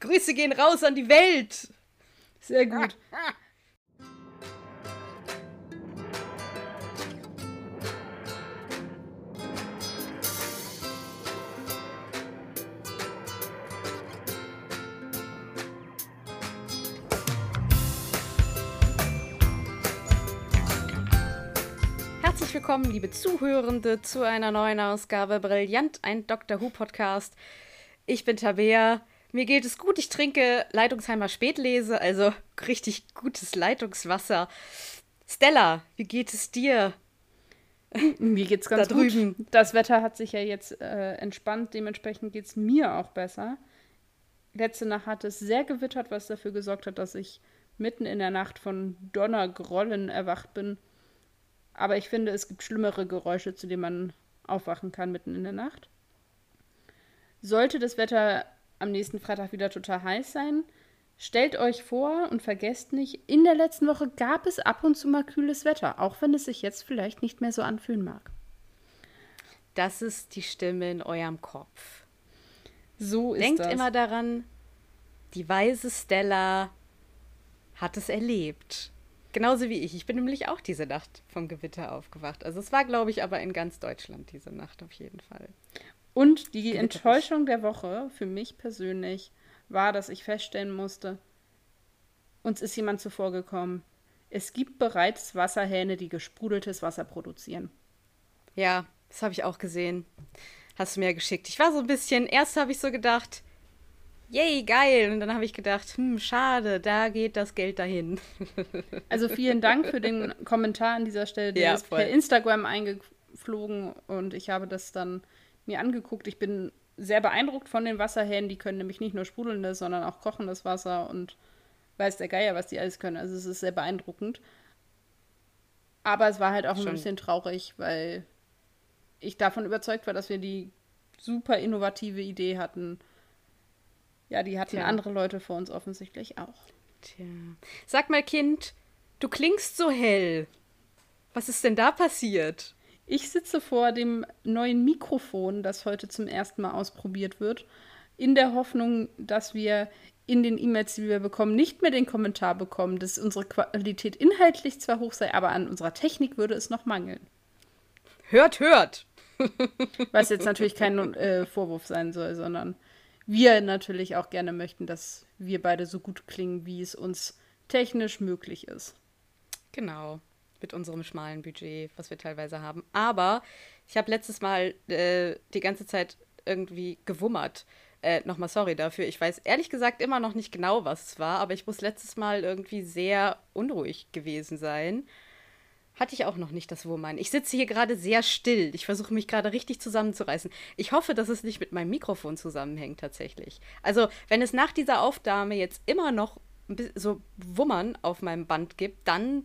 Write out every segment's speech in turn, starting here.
Grüße gehen raus an die Welt. Sehr gut. Herzlich willkommen, liebe Zuhörende, zu einer neuen Ausgabe Brillant, ein Doctor Who Podcast. Ich bin Tabea, mir geht es gut, ich trinke Leitungsheimer Spätlese, also richtig gutes Leitungswasser. Stella, wie geht es dir? Mir geht's ganz da drüben. Gut. Das Wetter hat sich ja jetzt entspannt, dementsprechend geht's mir auch besser. Letzte Nacht hat es sehr gewittert, was dafür gesorgt hat, dass ich mitten in der Nacht von Donnergrollen erwacht bin. Aber ich finde, es gibt schlimmere Geräusche, zu denen man aufwachen kann mitten in der Nacht. Sollte das Wetter am nächsten Freitag wieder total heiß sein, stellt euch vor und vergesst nicht, in der letzten Woche gab es ab und zu mal kühles Wetter, auch wenn es sich jetzt vielleicht nicht mehr so anfühlen mag. Das ist die Stimme in eurem Kopf. So ist Denkt das. immer daran, die weise Stella hat es erlebt. Genauso wie ich. Ich bin nämlich auch diese Nacht vom Gewitter aufgewacht. Also es war, glaube ich, aber in ganz Deutschland diese Nacht auf jeden Fall. Und die Enttäuschung der Woche für mich persönlich war, dass ich feststellen musste, uns ist jemand zuvor gekommen. Es gibt bereits Wasserhähne, die gesprudeltes Wasser produzieren. Ja, das habe ich auch gesehen. Hast du mir geschickt. Ich war so ein bisschen, erst habe ich so gedacht, yay, geil. Und dann habe ich gedacht, schade, da geht das Geld dahin. Also vielen Dank für den Kommentar an dieser Stelle. Der ist per Instagram eingeflogen und ich habe das dann mir angeguckt. Ich bin sehr beeindruckt von den Wasserhähnen. Die können nämlich nicht nur sprudelndes, sondern auch kochendes Wasser und weiß der Geier, was die alles können. Also es ist sehr beeindruckend. Aber es war halt auch ein bisschen traurig, weil ich davon überzeugt war, dass wir die super innovative Idee hatten. Ja, die hatten andere Leute vor uns offensichtlich auch. Tja. Sag mal, Kind, du klingst so hell. Was ist denn da passiert? Ich sitze vor dem neuen Mikrofon, das heute zum ersten Mal ausprobiert wird, in der Hoffnung, dass wir in den E-Mails, die wir bekommen, nicht mehr den Kommentar bekommen, dass unsere Qualität inhaltlich zwar hoch sei, aber an unserer Technik würde es noch mangeln. Hört, hört! Was jetzt natürlich kein Vorwurf sein soll, sondern wir natürlich auch gerne möchten, dass wir beide so gut klingen, wie es uns technisch möglich ist. Genau, mit unserem schmalen Budget, was wir teilweise haben. Aber ich habe letztes Mal die ganze Zeit irgendwie gewummert. Nochmal sorry dafür. Ich weiß ehrlich gesagt immer noch nicht genau, was es war, aber ich muss letztes Mal irgendwie sehr unruhig gewesen sein. Hatte ich auch noch nicht das Wummern. Ich sitze hier gerade sehr still. Ich versuche mich gerade richtig zusammenzureißen. Ich hoffe, dass es nicht mit meinem Mikrofon zusammenhängt tatsächlich. Also, wenn es nach dieser Aufnahme jetzt immer noch so Wummern auf meinem Band gibt, dann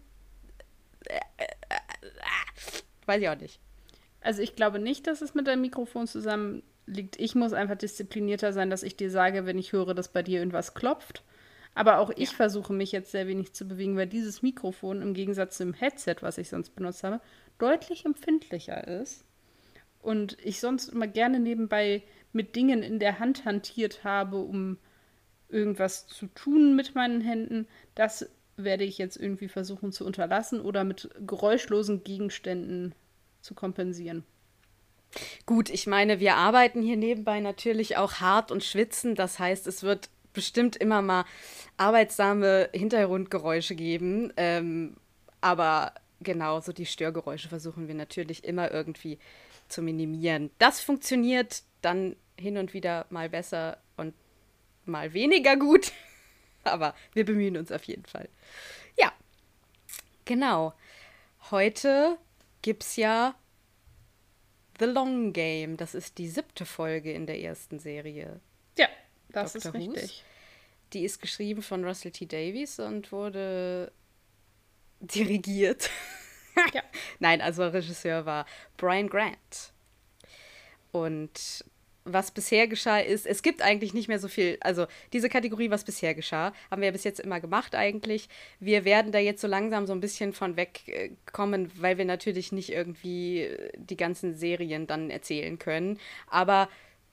weiß ich auch nicht. Also ich glaube nicht, dass es mit deinem Mikrofon zusammenliegt. Ich muss einfach disziplinierter sein, dass ich dir sage, wenn ich höre, dass bei dir irgendwas klopft. Aber auch ich versuche mich jetzt sehr wenig zu bewegen, weil dieses Mikrofon im Gegensatz zum Headset, was ich sonst benutzt habe, deutlich empfindlicher ist. Und ich sonst immer gerne nebenbei mit Dingen in der Hand hantiert habe, um irgendwas zu tun mit meinen Händen. Das werde ich jetzt irgendwie versuchen zu unterlassen oder mit geräuschlosen Gegenständen zu kompensieren. Gut, ich meine, wir arbeiten hier nebenbei natürlich auch hart und schwitzen. Das heißt, es wird bestimmt immer mal arbeitsame Hintergrundgeräusche geben. Aber genau, so die Störgeräusche versuchen wir natürlich immer irgendwie zu minimieren. Das funktioniert dann hin und wieder mal besser und mal weniger gut. Aber wir bemühen uns auf jeden Fall. Ja, genau. Heute gibt's ja The Long Game. Das ist die 7. Folge in der ersten Serie. Ja, das Dr. ist richtig. Die ist geschrieben von Russell T. Davies und wurde dirigiert. Ja. Nein, also Regisseur war Brian Grant. Und was bisher geschah ist, es gibt eigentlich nicht mehr so viel, also diese Kategorie, was bisher geschah, haben wir ja bis jetzt immer gemacht eigentlich. Wir werden da jetzt so langsam so ein bisschen von wegkommen, weil wir natürlich nicht irgendwie die ganzen Serien dann erzählen können. Aber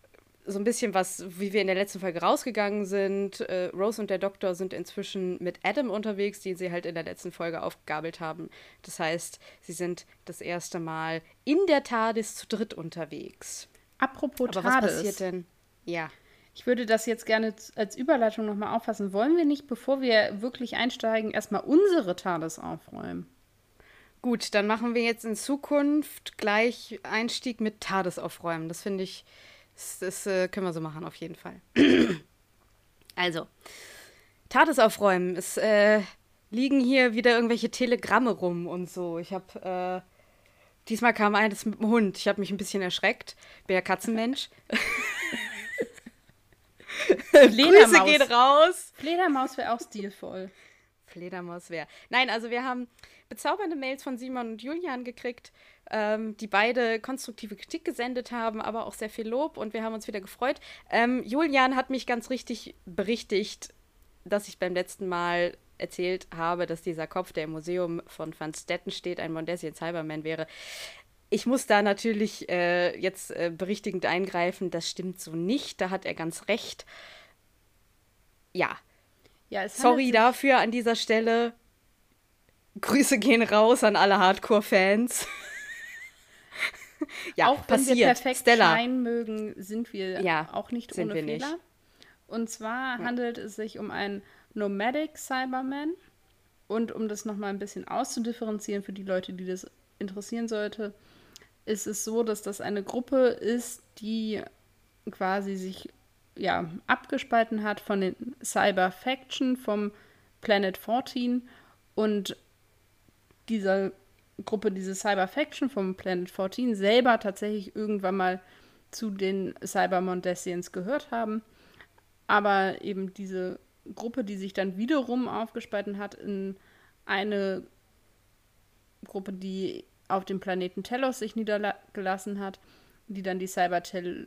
so ein bisschen wie wir in der letzten Folge rausgegangen sind. Rose und der Doktor sind inzwischen mit Adam unterwegs, den sie halt in der letzten Folge aufgegabelt haben. Das heißt, sie sind das erste Mal in der TARDIS zu dritt unterwegs. Apropos Aber TARDIS. was passiert denn? Ja. Ich würde das jetzt gerne als Überleitung nochmal auffassen. Wollen wir nicht, bevor wir wirklich einsteigen, erstmal unsere TARDIS aufräumen? Gut, dann machen wir jetzt in Zukunft gleich Einstieg mit TARDIS aufräumen. Das finde ich, das können wir so machen, auf jeden Fall. Also, TARDIS aufräumen. Es liegen hier wieder irgendwelche Telegramme rum und so. Ich habe, diesmal kam eines mit dem Hund. Ich habe mich ein bisschen erschreckt. Bin ja Katzenmensch. Grüße gehen raus. Fledermaus wäre auch stilvoll. Fledermaus wäre. Nein, also wir haben bezaubernde Mails von Simon und Julian gekriegt, die beide konstruktive Kritik gesendet haben, aber auch sehr viel Lob und wir haben uns wieder gefreut. Julian hat mich ganz richtig berichtigt, dass ich beim letzten Mal erzählt habe, dass dieser Kopf, der im Museum von Van Stetten steht, ein Mondasian Cyberman wäre. Ich muss da natürlich jetzt berichtigend eingreifen, das stimmt so nicht, da hat er ganz recht. Ja, sorry dafür an dieser Stelle. Grüße gehen raus an alle Hardcore-Fans. Ja, auch wenn wir perfekt scheinen mögen, sind wir auch nicht ohne Fehler. Nicht. Und zwar handelt es sich um einen Nomadic Cyberman. Und um das nochmal ein bisschen auszudifferenzieren für die Leute, die das interessieren sollte, ist es so, dass das eine Gruppe ist, die quasi sich abgespalten hat von den Cyber Faction vom Planet 14 und diese Gruppe, diese Cyber Faction vom Planet 14 selber tatsächlich irgendwann mal zu den Cyber Mondasians gehört haben, aber eben diese Gruppe, die sich dann wiederum aufgespalten hat in eine Gruppe, die auf dem Planeten Telos sich niedergelassen hat, die dann die Cyber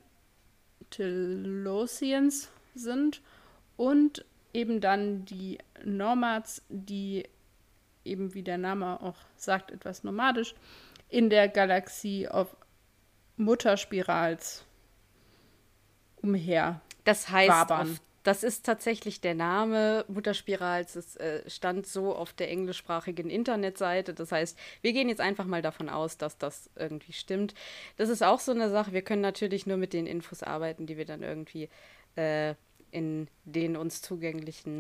Telosians sind und eben dann die Nomads, die eben, wie der Name auch sagt, etwas nomadisch, in der Galaxie auf Mutterspirals umher das heißt, das ist tatsächlich der Name Mutterspirals. Es stand so auf der englischsprachigen Internetseite. Das heißt, wir gehen jetzt einfach mal davon aus, dass das irgendwie stimmt. Das ist auch so eine Sache. Wir können natürlich nur mit den Infos arbeiten, die wir dann irgendwie in den uns zugänglichen,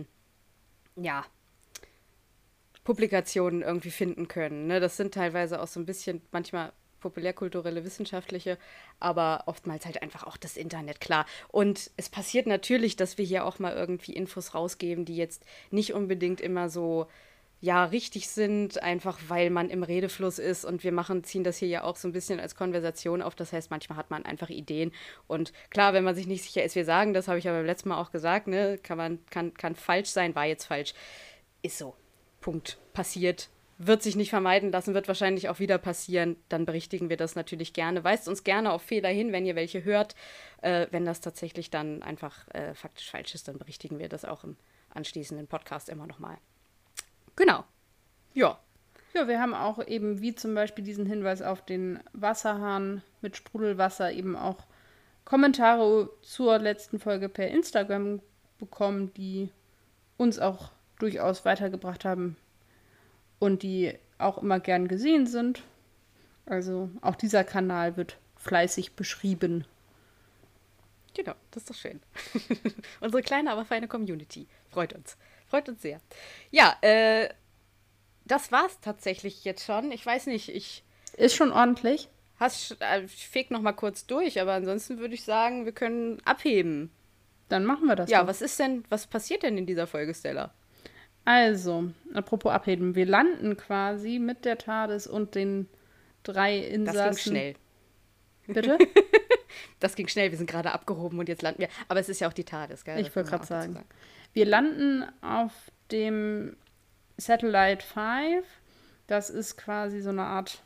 Publikationen irgendwie finden können. Ne? Das sind teilweise auch so ein bisschen manchmal populärkulturelle, wissenschaftliche, aber oftmals halt einfach auch das Internet, klar. Und es passiert natürlich, dass wir hier auch mal irgendwie Infos rausgeben, die jetzt nicht unbedingt immer so, richtig sind, einfach weil man im Redefluss ist und wir ziehen das hier ja auch so ein bisschen als Konversation auf. Das heißt, manchmal hat man einfach Ideen und klar, wenn man sich nicht sicher ist, wir sagen, das habe ich ja beim letzten Mal auch gesagt, ne, kann falsch sein, war jetzt falsch. Ist so. Punkt. Passiert. Wird sich nicht vermeiden lassen, wird wahrscheinlich auch wieder passieren. Dann berichtigen wir das natürlich gerne. Weist uns gerne auf Fehler hin, wenn ihr welche hört. Wenn das tatsächlich dann einfach faktisch falsch ist, dann berichtigen wir das auch im anschließenden Podcast immer nochmal. Genau. Ja. Ja, wir haben auch eben, wie zum Beispiel diesen Hinweis auf den Wasserhahn mit Sprudelwasser, eben auch Kommentare zur letzten Folge per Instagram bekommen, die uns auch durchaus weitergebracht haben und die auch immer gern gesehen sind. Also auch dieser Kanal wird fleißig beschrieben. Genau, das ist doch schön. Unsere kleine, aber feine Community. Freut uns. Freut uns sehr. Ja, das war's tatsächlich jetzt schon. Ich weiß nicht, Ist schon ordentlich. Ich feg noch mal kurz durch, aber ansonsten würde ich sagen, wir können abheben. Dann machen wir das. Ja, doch. Was passiert denn in dieser Folge, Stella? Also, apropos abheben, wir landen quasi mit der TARDIS und den 3 Insassen. Das ging schnell. Bitte? Das ging schnell, wir sind gerade abgehoben und jetzt landen wir. Aber es ist ja auch die TARDIS, gell? Ich wollte gerade sagen. Wir landen auf dem Satellite 5. Das ist quasi so eine Art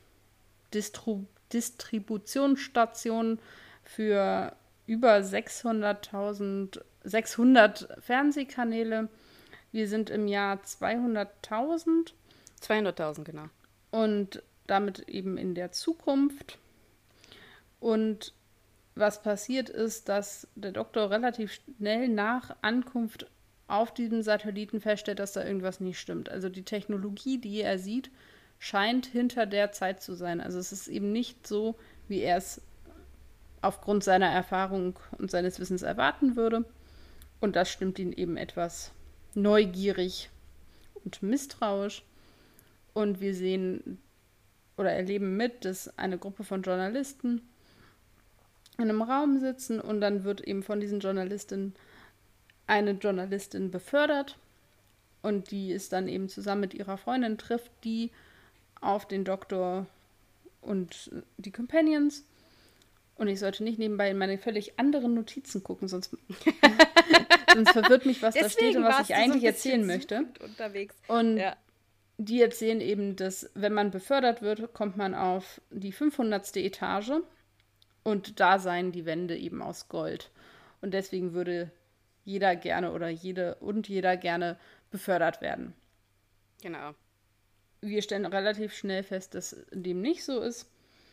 Distributionsstation für über 600 Fernsehkanäle. Wir sind im Jahr 200.000. 200.000, genau. Und damit eben in der Zukunft. Und was passiert ist, dass der Doktor relativ schnell nach Ankunft auf diesem Satelliten feststellt, dass da irgendwas nicht stimmt. Also die Technologie, die er sieht, scheint hinter der Zeit zu sein. Also es ist eben nicht so, wie er es aufgrund seiner Erfahrung und seines Wissens erwarten würde. Und das stimmt ihn eben etwas neugierig und misstrauisch. Und wir sehen oder erleben mit, dass eine Gruppe von Journalisten in einem Raum sitzen und dann wird eben von diesen Journalistinnen eine Journalistin befördert und die ist dann eben zusammen mit ihrer Freundin, trifft die auf den Doktor und die Companions. Und ich sollte nicht nebenbei in meine völlig anderen Notizen gucken, sonst verwirrt mich, was da steht und was ich eigentlich erzählen möchte. Unterwegs. Und die erzählen eben, dass wenn man befördert wird, kommt man auf die 500. Etage und da seien die Wände eben aus Gold. Und deswegen würde jeder gerne oder jeder gerne befördert werden. Genau. Wir stellen relativ schnell fest, dass dem nicht so ist.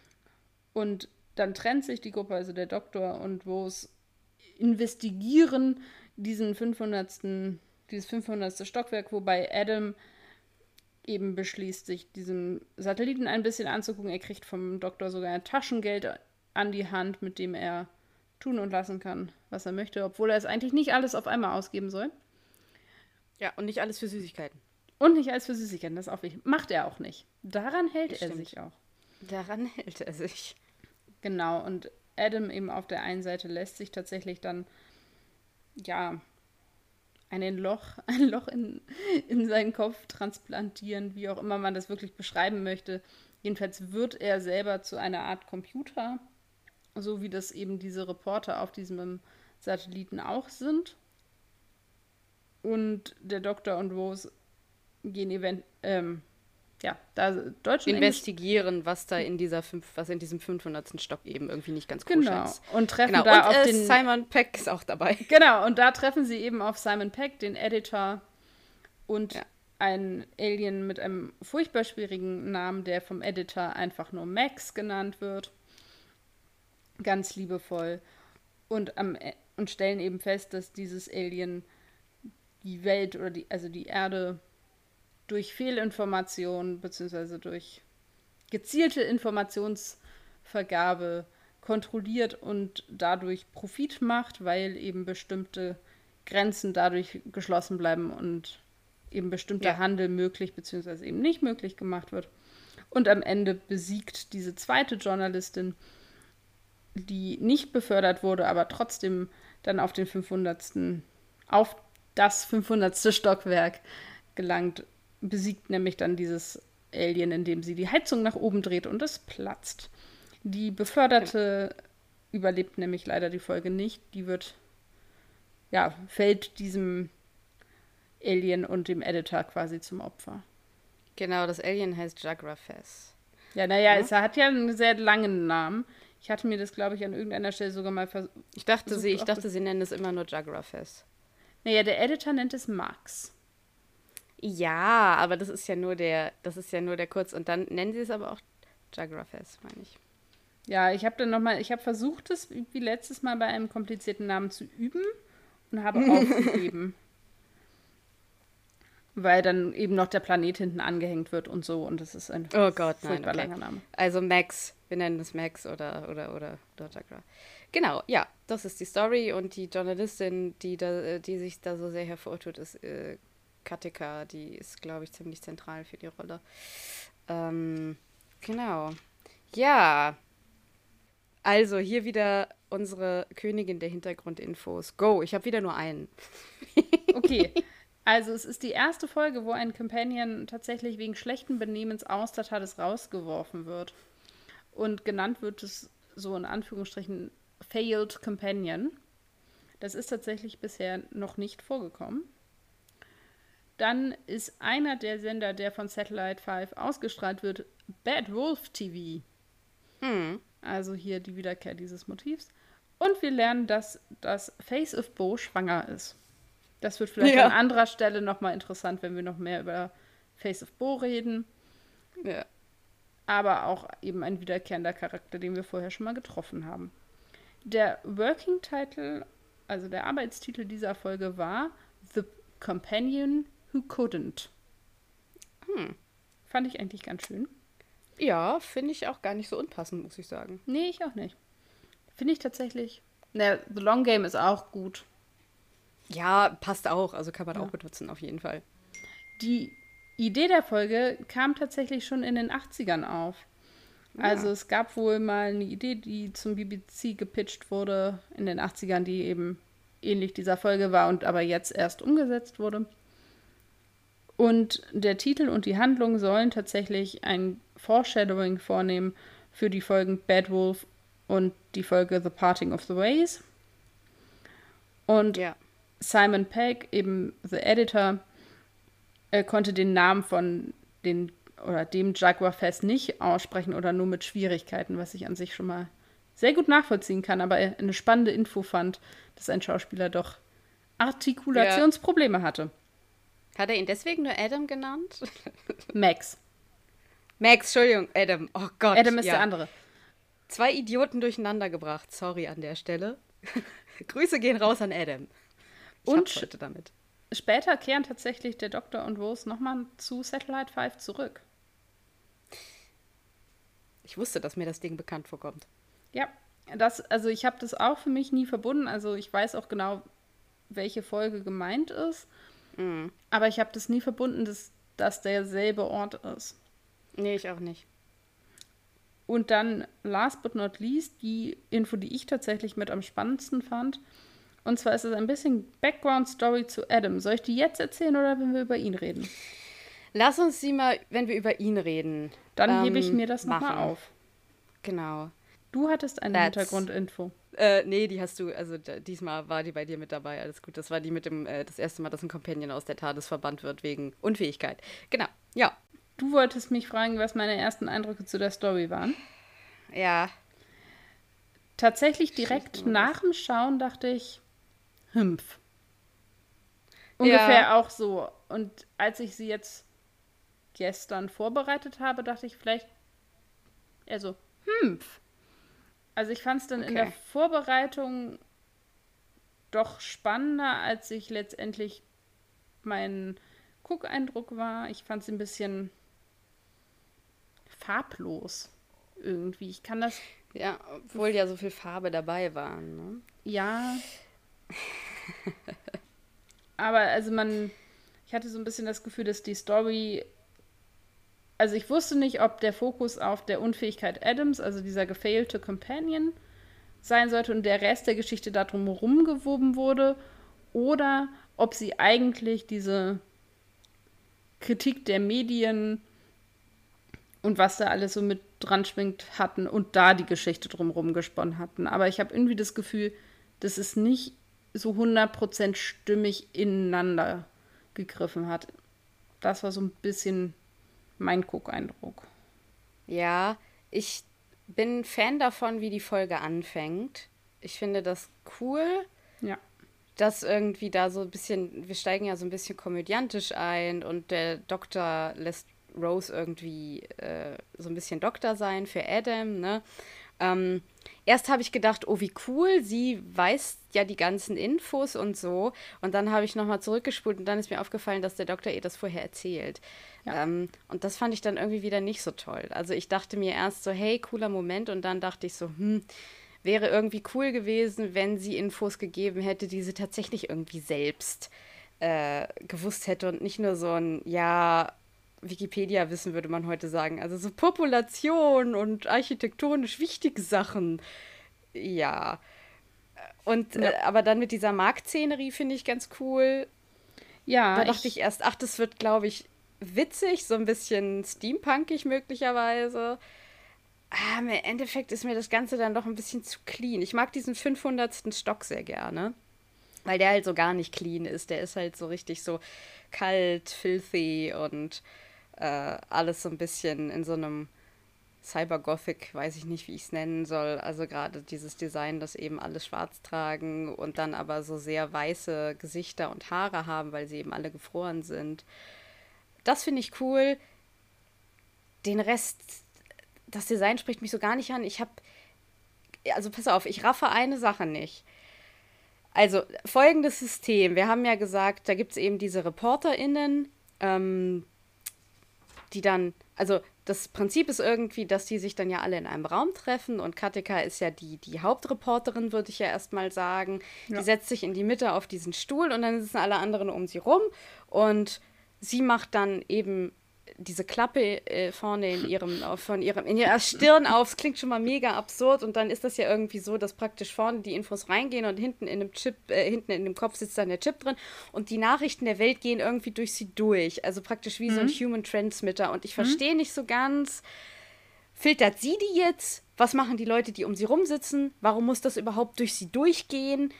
Und dann trennt sich die Gruppe, also der Doktor und Rose, investigieren dieses 500. Stockwerk, wobei Adam eben beschließt, sich diesen Satelliten ein bisschen anzugucken. Er kriegt vom Doktor sogar ein Taschengeld an die Hand, mit dem er tun und lassen kann, was er möchte, obwohl er es eigentlich nicht alles auf einmal ausgeben soll. Ja, und nicht alles für Süßigkeiten. Und nicht alles für Süßigkeiten, das ist auch wichtig. Macht er auch nicht. Daran hält er sich auch. Daran hält er sich. Genau, und Adam eben auf der einen Seite lässt sich tatsächlich dann, ja, ein Loch in seinen Kopf transplantieren, wie auch immer man das wirklich beschreiben möchte. Jedenfalls wird er selber zu einer Art Computer, so wie das eben diese Reporter auf diesem Satelliten auch sind. Und der Doktor und Rose gehen investigieren, was in diesem 500. Stock eben irgendwie nicht ganz koscher ist. Und treffen da auf den Simon Pegg ist auch dabei. Genau, und da treffen sie eben auf Simon Pegg, den Editor und einen Alien mit einem furchtbar schwierigen Namen, der vom Editor einfach nur Max genannt wird. Ganz liebevoll. Und stellen eben fest, dass dieses Alien die Welt oder die Erde durch Fehlinformation bzw. durch gezielte Informationsvergabe kontrolliert und dadurch Profit macht, weil eben bestimmte Grenzen dadurch geschlossen bleiben und eben bestimmter Handel möglich bzw. eben nicht möglich gemacht wird. Und am Ende besiegt diese zweite Journalistin, die nicht befördert wurde, aber trotzdem dann auf das 500. Stockwerk gelangt, besiegt nämlich dann dieses Alien, indem sie die Heizung nach oben dreht und es platzt. Die Beförderte überlebt nämlich leider die Folge nicht. Die fällt diesem Alien und dem Editor quasi zum Opfer. Genau, das Alien heißt Jagrafess. Ja, es hat ja einen sehr langen Namen. Ich hatte mir das, glaube ich, an irgendeiner Stelle sogar mal versucht. Ich dachte, sie nennen es immer nur Jagrafess. Naja, der Editor nennt es Max. Ja, aber das ist ja nur der Kurz. Und dann nennen sie es aber auch Jagrafess, meine ich. Ja, ich habe versucht, es wie letztes Mal bei einem komplizierten Namen zu üben und habe aufgegeben. Weil dann eben noch der Planet hinten angehängt wird und so. Und das ist ein furchtbar langer Name. Also Max, wir nennen es Max oder Jagra. Genau, ja, das ist die Story. Und die Journalistin, die sich da so sehr hervortut, ist Katika. Die ist, glaube ich, ziemlich zentral für die Rolle. Genau. Ja. Also hier wieder unsere Königin der Hintergrundinfos. Go, ich habe wieder nur einen. Okay. Also es ist die erste Folge, wo ein Companion tatsächlich wegen schlechten Benehmens aus der TARDIS rausgeworfen wird. Und genannt wird es so in Anführungsstrichen Failed Companion. Das ist tatsächlich bisher noch nicht vorgekommen. Dann ist einer der Sender, der von Satellite 5 ausgestrahlt wird, Bad Wolf TV. Also hier die Wiederkehr dieses Motivs. Und wir lernen, dass das Face of Bo schwanger ist. Das wird vielleicht an anderer Stelle nochmal interessant, wenn wir noch mehr über Face of Bo reden. Ja. Aber auch eben ein wiederkehrender Charakter, den wir vorher schon mal getroffen haben. Der Working Title, also der Arbeitstitel dieser Folge war The Companion Who Couldn't. Fand ich eigentlich ganz schön. Ja, finde ich auch gar nicht so unpassend, muss ich sagen. Nee, ich auch nicht. Finde ich tatsächlich. Na, The Long Game ist auch gut. Ja, passt auch. Also kann man Ja. auch benutzen, auf jeden Fall. Die Idee der Folge kam tatsächlich schon in den 80ern auf. Also es gab wohl mal eine Idee, die zum BBC gepitcht wurde in den 80ern, die eben ähnlich dieser Folge war und aber jetzt erst umgesetzt wurde. Und der Titel und die Handlung sollen tatsächlich ein Foreshadowing vornehmen für die Folgen Bad Wolf und die Folge The Parting of the Ways. Und Ja. Simon Pegg, eben The Editor, konnte den Namen von dem Jaguar Fest nicht aussprechen oder nur mit Schwierigkeiten, was ich an sich schon mal sehr gut nachvollziehen kann, aber eine spannende Info fand, dass ein Schauspieler doch Artikulationsprobleme hatte. Hat er ihn deswegen nur Adam genannt? Max. Max, Entschuldigung, Adam. Oh Gott. Adam ist der andere. 2 Idioten durcheinander gebracht. Sorry an der Stelle. Grüße gehen raus an Adam. Ich Und hab's heute damit. Später kehren tatsächlich der Doktor und Rose nochmal zu Satellite 5 zurück. Ich wusste, dass mir das Ding bekannt vorkommt. Ja, also ich habe das auch für mich nie verbunden. Also ich weiß auch genau, welche Folge gemeint ist. Aber ich habe das nie verbunden, dass das derselbe Ort ist. Nee, ich auch nicht. Und dann, last but not least, die Info, die ich tatsächlich mit am spannendsten fand. Und zwar ist es ein bisschen Background-Story zu Adam. Soll ich die jetzt erzählen oder wenn wir über ihn reden? Lass uns sie mal, wenn wir über ihn reden. Dann hebe ich mir das nochmal machen. auf. Genau. Du hattest eine Hintergrundinfo. Nee, die hast du, also diesmal war die bei dir mit dabei, alles gut. Das war die mit dem, das erste Mal, dass ein Companion aus der TARDIS verbannt wird wegen Unfähigkeit. Genau, ja. Du wolltest mich fragen, was meine ersten Eindrücke zu der Story waren. Ja. Tatsächlich direkt nach dem Schauen dachte ich, Ungefähr auch so. Und als ich sie jetzt gestern vorbereitet habe, dachte ich vielleicht eher so, Also ich fand es dann in der Vorbereitung doch spannender, als ich letztendlich mein Guckeindruck war. Ich fand es ein bisschen farblos irgendwie. Ich kann das... Ja, obwohl ja so viel Farbe dabei war, ne? Ja. Aber also ich hatte so ein bisschen das Gefühl, dass die Story, also ich wusste nicht, ob der Fokus auf der Unfähigkeit Adams, also dieser gefailte Companion, sein sollte und der Rest der Geschichte darum rumgewoben wurde, oder ob sie eigentlich diese Kritik der Medien und was da alles so mit dran schwingt hatten und da die Geschichte drumherum gesponnen hatten. Aber ich habe irgendwie das Gefühl, dass es nicht so 100% stimmig ineinander gegriffen hat. Das war so ein bisschen mein Guckeindruck. Ja, ich bin Fan davon, wie die Folge anfängt. Ich finde das cool, Ja. dass irgendwie da so ein bisschen, wir steigen ja so ein bisschen komödiantisch ein und der Doktor lässt Rose irgendwie so ein bisschen Doktor sein für Adam, ne? Erst habe ich gedacht, oh, wie cool, sie weiß ja die ganzen Infos und so. Und dann habe ich nochmal zurückgespult und dann ist mir aufgefallen, dass der Doktor ihr das vorher erzählt. Ja. Und das fand ich dann irgendwie wieder nicht so toll. Also ich dachte mir erst so, hey, cooler Moment. Und dann dachte ich so, wäre irgendwie cool gewesen, wenn sie Infos gegeben hätte, die sie tatsächlich irgendwie selbst gewusst hätte und nicht nur so ein, ja, Wikipedia-Wissen, würde man heute sagen. Also so Population und architektonisch wichtige Sachen. Ja. Und aber dann mit dieser Marktszenerie finde ich ganz cool. Ja, Da dachte ich erst, ach, das wird, glaube ich, witzig, so ein bisschen steampunkig möglicherweise. Im Endeffekt ist mir das Ganze dann doch ein bisschen zu clean. Ich mag diesen 500. Stock sehr gerne, weil der halt so gar nicht clean ist. Der ist halt so richtig so kalt, filthy und alles so ein bisschen in so einem Cybergothic, weiß ich nicht, wie ich es nennen soll. Also gerade dieses Design, das eben alles schwarz tragen und dann aber so sehr weiße Gesichter und Haare haben, weil sie eben alle gefroren sind. Das finde ich cool. Den Rest, das Design spricht mich so gar nicht an. Ich habe also pass auf, ich raffe eine Sache nicht. Also, folgendes System. Wir haben ja gesagt, da gibt es eben diese ReporterInnen, die dann, also das Prinzip ist irgendwie, dass die sich dann ja alle in einem Raum treffen und Katika ist ja die Hauptreporterin, würde ich ja erstmal sagen. Die Ja. setzt sich in die Mitte auf diesen Stuhl und dann sitzen alle anderen um sie rum und sie macht dann eben diese Klappe vorne in ihrer Stirn auf. Es klingt schon mal mega absurd und dann ist das ja irgendwie so, dass praktisch vorne die Infos reingehen und hinten in dem Kopf sitzt dann der Chip drin und die Nachrichten der Welt gehen irgendwie durch sie durch. Also praktisch wie so ein Human Transmitter und ich verstehe nicht so ganz, filtert sie die jetzt? Was machen die Leute, die um sie rumsitzen? Warum muss das überhaupt durch sie durchgehen?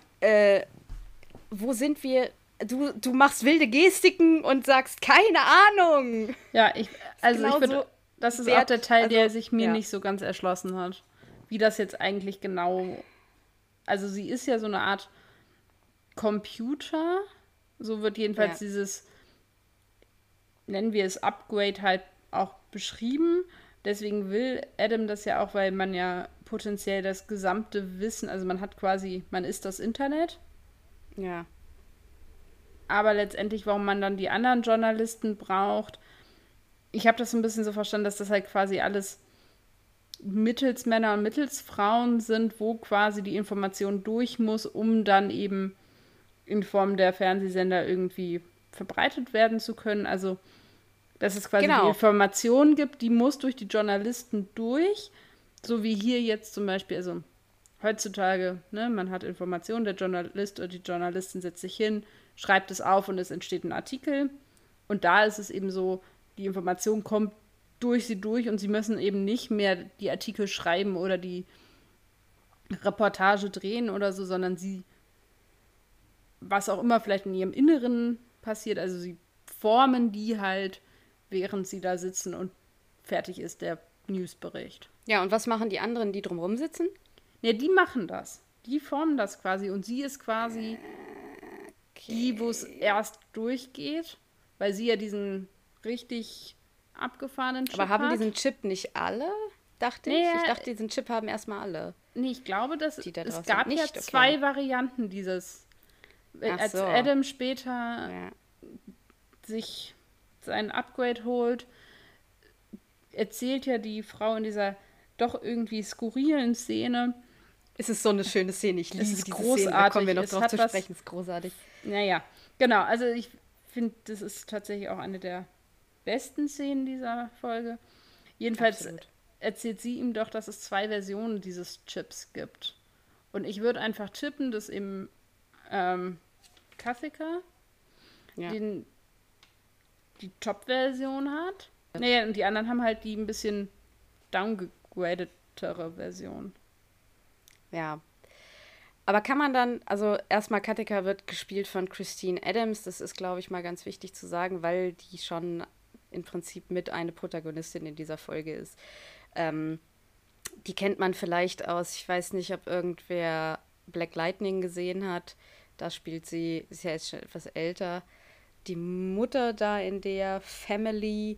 Wo sind wir? Du machst wilde Gestiken und sagst, keine Ahnung. Ja, also ich Genauso würde, das ist auch der Teil, der sich mir ja. nicht so ganz erschlossen hat. Wie das jetzt eigentlich genau, also sie ist ja so eine Art Computer, so wird jedenfalls Ja. dieses, nennen wir es Upgrade halt auch beschrieben. Deswegen will Adam das ja auch, weil man ja potenziell das gesamte Wissen, also man hat quasi, man ist das Internet. Ja. Aber letztendlich, warum man dann die anderen Journalisten braucht. Ich habe das so ein bisschen so verstanden, dass das halt quasi alles Mittelsmänner und Mittelsfrauen sind, wo quasi die Information durch muss, um dann eben in Form der Fernsehsender irgendwie verbreitet werden zu können. Also, dass es quasi die Genau. Information gibt, die muss durch die Journalisten durch. So wie hier jetzt zum Beispiel, also heutzutage, ne, man hat Informationen, der Journalist oder die Journalistin setzt sich hin, schreibt es auf und es entsteht ein Artikel. Und da ist es eben so, die Information kommt durch sie durch und sie müssen eben nicht mehr die Artikel schreiben oder die Reportage drehen oder so, sondern sie, was auch immer vielleicht in ihrem Inneren passiert, also sie formen die halt, während sie da sitzen und fertig ist der Newsbericht. Ja, und was machen die anderen, die drumrum sitzen? Ne, die machen das. Die formen das quasi und sie ist quasi die, wo es erst durchgeht, weil sie ja diesen richtig abgefahrenen Chip Aber haben hat. diesen Chip nicht alle? Dachte Nee, ich. Ich dachte, diesen Chip haben erstmal alle. Nee, ich glaube, dass Die da es draußen gab ja nicht, okay. 2 Varianten dieses. Ach Als so. Adam später Ja. sich sein Upgrade holt, erzählt ja die Frau in dieser doch irgendwie skurrilen Szene. Es ist so eine schöne Szene. Ich liebe ist diese Szene. Da kommen wir noch großartig. Es drauf hat zu was- sprechen. Es ist großartig. Naja, genau. Also ich finde, das ist tatsächlich auch eine der besten Szenen dieser Folge. Jedenfalls Absolut. erzählt sie ihm doch, dass es 2 Versionen dieses Chips gibt. Und ich würde einfach tippen, dass im Kathika Ja. die Top-Version hat. Naja, und die anderen haben halt die ein bisschen downgegradetere Version. Ja. Aber kann man dann, also erstmal Katika wird gespielt von Christine Adams, das ist, glaube ich, mal ganz wichtig zu sagen, weil die schon im Prinzip mit eine Protagonistin in dieser Folge ist. Die kennt man vielleicht aus, ich weiß nicht, ob irgendwer Black Lightning gesehen hat. Da spielt sie, ist ja jetzt schon etwas älter, die Mutter da in der Family.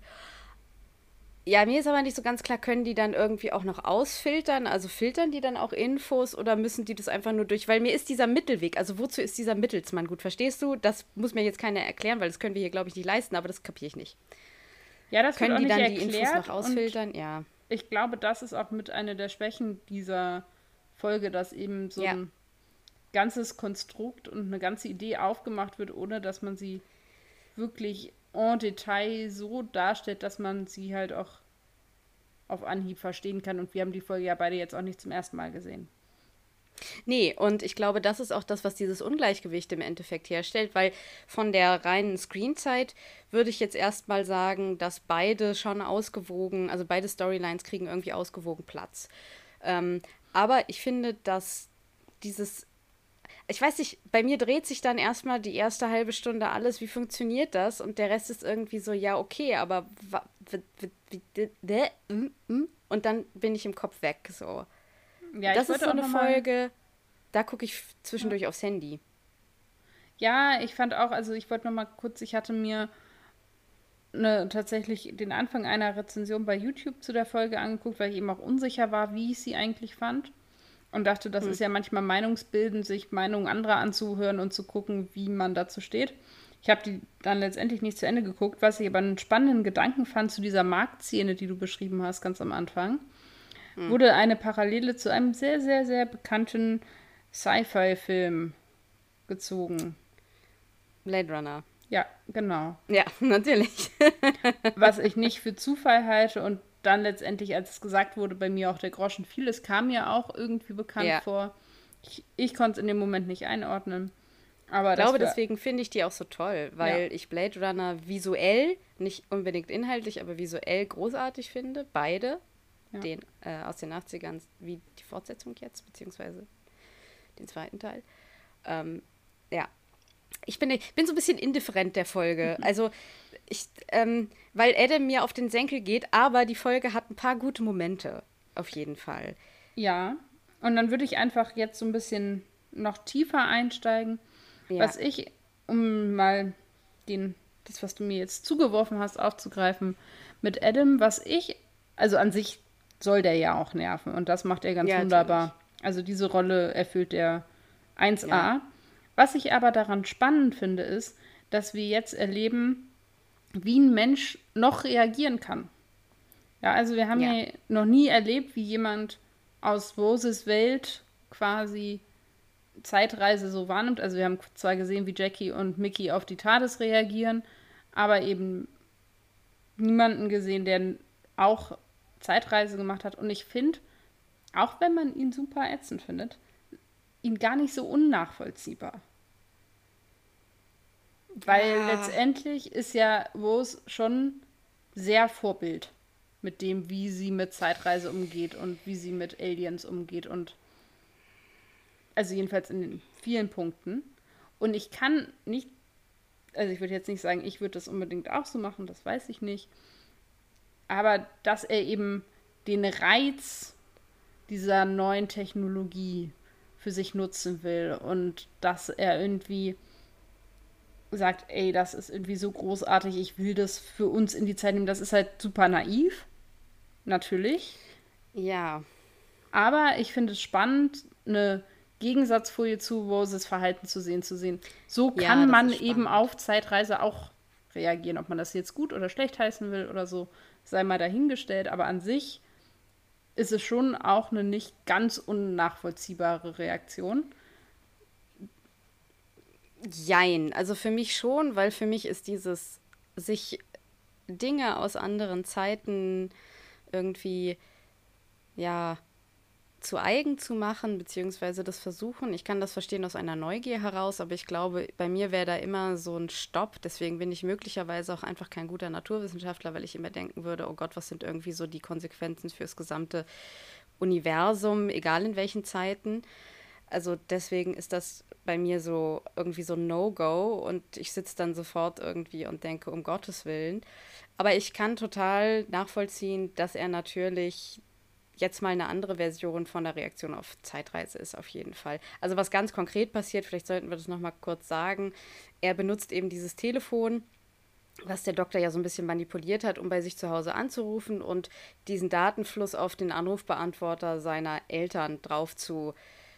Ja, mir ist aber nicht so ganz klar, können die dann irgendwie auch noch ausfiltern? Also filtern die dann auch Infos oder müssen die das einfach nur durch? Weil mir ist dieser Mittelweg, also wozu ist dieser Mittelsmann gut? Verstehst du? Das muss mir jetzt keiner erklären, weil das können wir hier, glaube ich, nicht leisten, aber das kapiere ich nicht. Ja, das wird Können auch die nicht dann die erklärt. Infos noch Und ausfiltern? Ja. ich glaube, das ist auch mit einer der Schwächen dieser Folge, dass eben so Ja. ein ganzes Konstrukt und eine ganze Idee aufgemacht wird, ohne dass man sie wirklich en Detail so darstellt, dass man sie halt auch auf Anhieb verstehen kann. Und wir haben die Folge ja beide jetzt auch nicht zum ersten Mal gesehen. Nee, und ich glaube, das ist auch das, was dieses Ungleichgewicht im Endeffekt herstellt, weil von der reinen Screenzeit würde ich jetzt erstmal sagen, dass beide schon ausgewogen, also beide Storylines kriegen irgendwie ausgewogen Platz. Aber ich finde, dass dieses, ich weiß nicht, bei mir dreht sich dann erstmal die erste halbe Stunde alles, wie funktioniert das? Und der Rest ist irgendwie so, ja, okay, aber und dann bin ich im Kopf weg, so. Ja, Das ich ist wollte so auch eine noch mal, Folge, da gucke ich zwischendurch aufs Handy. ja, ich fand auch, also ich wollte noch mal kurz, ich hatte mir tatsächlich den Anfang einer Rezension bei YouTube zu der Folge angeguckt, weil ich eben auch unsicher war, wie ich sie eigentlich fand. Und dachte, das ist ja manchmal meinungsbildend, sich Meinungen anderer anzuhören und zu gucken, wie man dazu steht. Ich habe die dann letztendlich nicht zu Ende geguckt, was ich aber einen spannenden Gedanken fand zu dieser Marktszene, die du beschrieben hast, ganz am Anfang. Wurde eine Parallele zu einem sehr, sehr, sehr bekannten Sci-Fi-Film gezogen. Blade Runner. Ja, genau. Ja, natürlich. Was ich nicht für Zufall halte und dann letztendlich, als es gesagt wurde, bei mir auch der Groschen fiel. Es kam mir auch irgendwie bekannt vor. Ich konnte es in dem Moment nicht einordnen. Aber ich glaube, deswegen finde ich die auch so toll, weil ich Blade Runner visuell, nicht unbedingt inhaltlich, aber visuell großartig finde. Beide. Den aus den 80ern, wie die Fortsetzung jetzt, beziehungsweise den zweiten Teil. Ja. Ich bin so ein bisschen indifferent der Folge. Also, weil Adam mir auf den Senkel geht, aber die Folge hat ein paar gute Momente. Auf jeden Fall. Ja. Und dann würde ich einfach jetzt so ein bisschen noch tiefer einsteigen. Ja. Was ich, um mal das, was du mir jetzt zugeworfen hast, aufzugreifen, mit Adam, also an sich soll der ja auch nerven. Und das macht er ganz wunderbar. Natürlich. Also diese Rolle erfüllt er 1A. Ja. Was ich aber daran spannend finde, ist, dass wir jetzt erleben, wie ein Mensch noch reagieren kann. Ja, also wir haben ja noch nie erlebt, wie jemand aus Roses Welt quasi Zeitreise so wahrnimmt. Also wir haben zwar gesehen, wie Jackie und Mickey auf die TARDIS reagieren, aber eben niemanden gesehen, der auch Zeitreise gemacht hat. Und ich finde, auch wenn man ihn super ätzend findet, ihn gar nicht so unnachvollziehbar. Weil letztendlich ist ja Rose schon sehr Vorbild mit dem, wie sie mit Zeitreise umgeht und wie sie mit Aliens umgeht und also jedenfalls in den vielen Punkten. Und ich kann nicht, also ich würde jetzt nicht sagen, ich würde das unbedingt auch so machen, das weiß ich nicht. Aber dass er eben den Reiz dieser neuen Technologie für sich nutzen will und dass er irgendwie sagt, ey, das ist irgendwie so großartig, ich will das für uns in die Zeit nehmen. Das ist halt super naiv, natürlich. Ja. Aber ich finde es spannend, eine Gegensatzfolie zu Roses Verhalten zu sehen. So kann man eben auf Zeitreise auch reagieren. Ob man das jetzt gut oder schlecht heißen will oder so, sei mal dahingestellt. Aber an sich ist es schon auch eine nicht ganz unnachvollziehbare Reaktion. Jein, also für mich schon, weil für mich ist dieses sich Dinge aus anderen Zeiten irgendwie, zu eigen zu machen, beziehungsweise das Versuchen. Ich kann das verstehen aus einer Neugier heraus, aber ich glaube, bei mir wäre da immer so ein Stopp. Deswegen bin ich möglicherweise auch einfach kein guter Naturwissenschaftler, weil ich immer denken würde, oh Gott, was sind irgendwie so die Konsequenzen fürs gesamte Universum, egal in welchen Zeiten. Also deswegen ist das bei mir so irgendwie so ein No-Go und ich sitze dann sofort irgendwie und denke, um Gottes Willen. Aber ich kann total nachvollziehen, dass er natürlich jetzt mal eine andere Version von der Reaktion auf Zeitreise ist, auf jeden Fall. Also was ganz konkret passiert, vielleicht sollten wir das nochmal kurz sagen, er benutzt eben dieses Telefon, was der Doktor ja so ein bisschen manipuliert hat, um bei sich zu Hause anzurufen und diesen Datenfluss auf den Anrufbeantworter seiner Eltern drauf zu,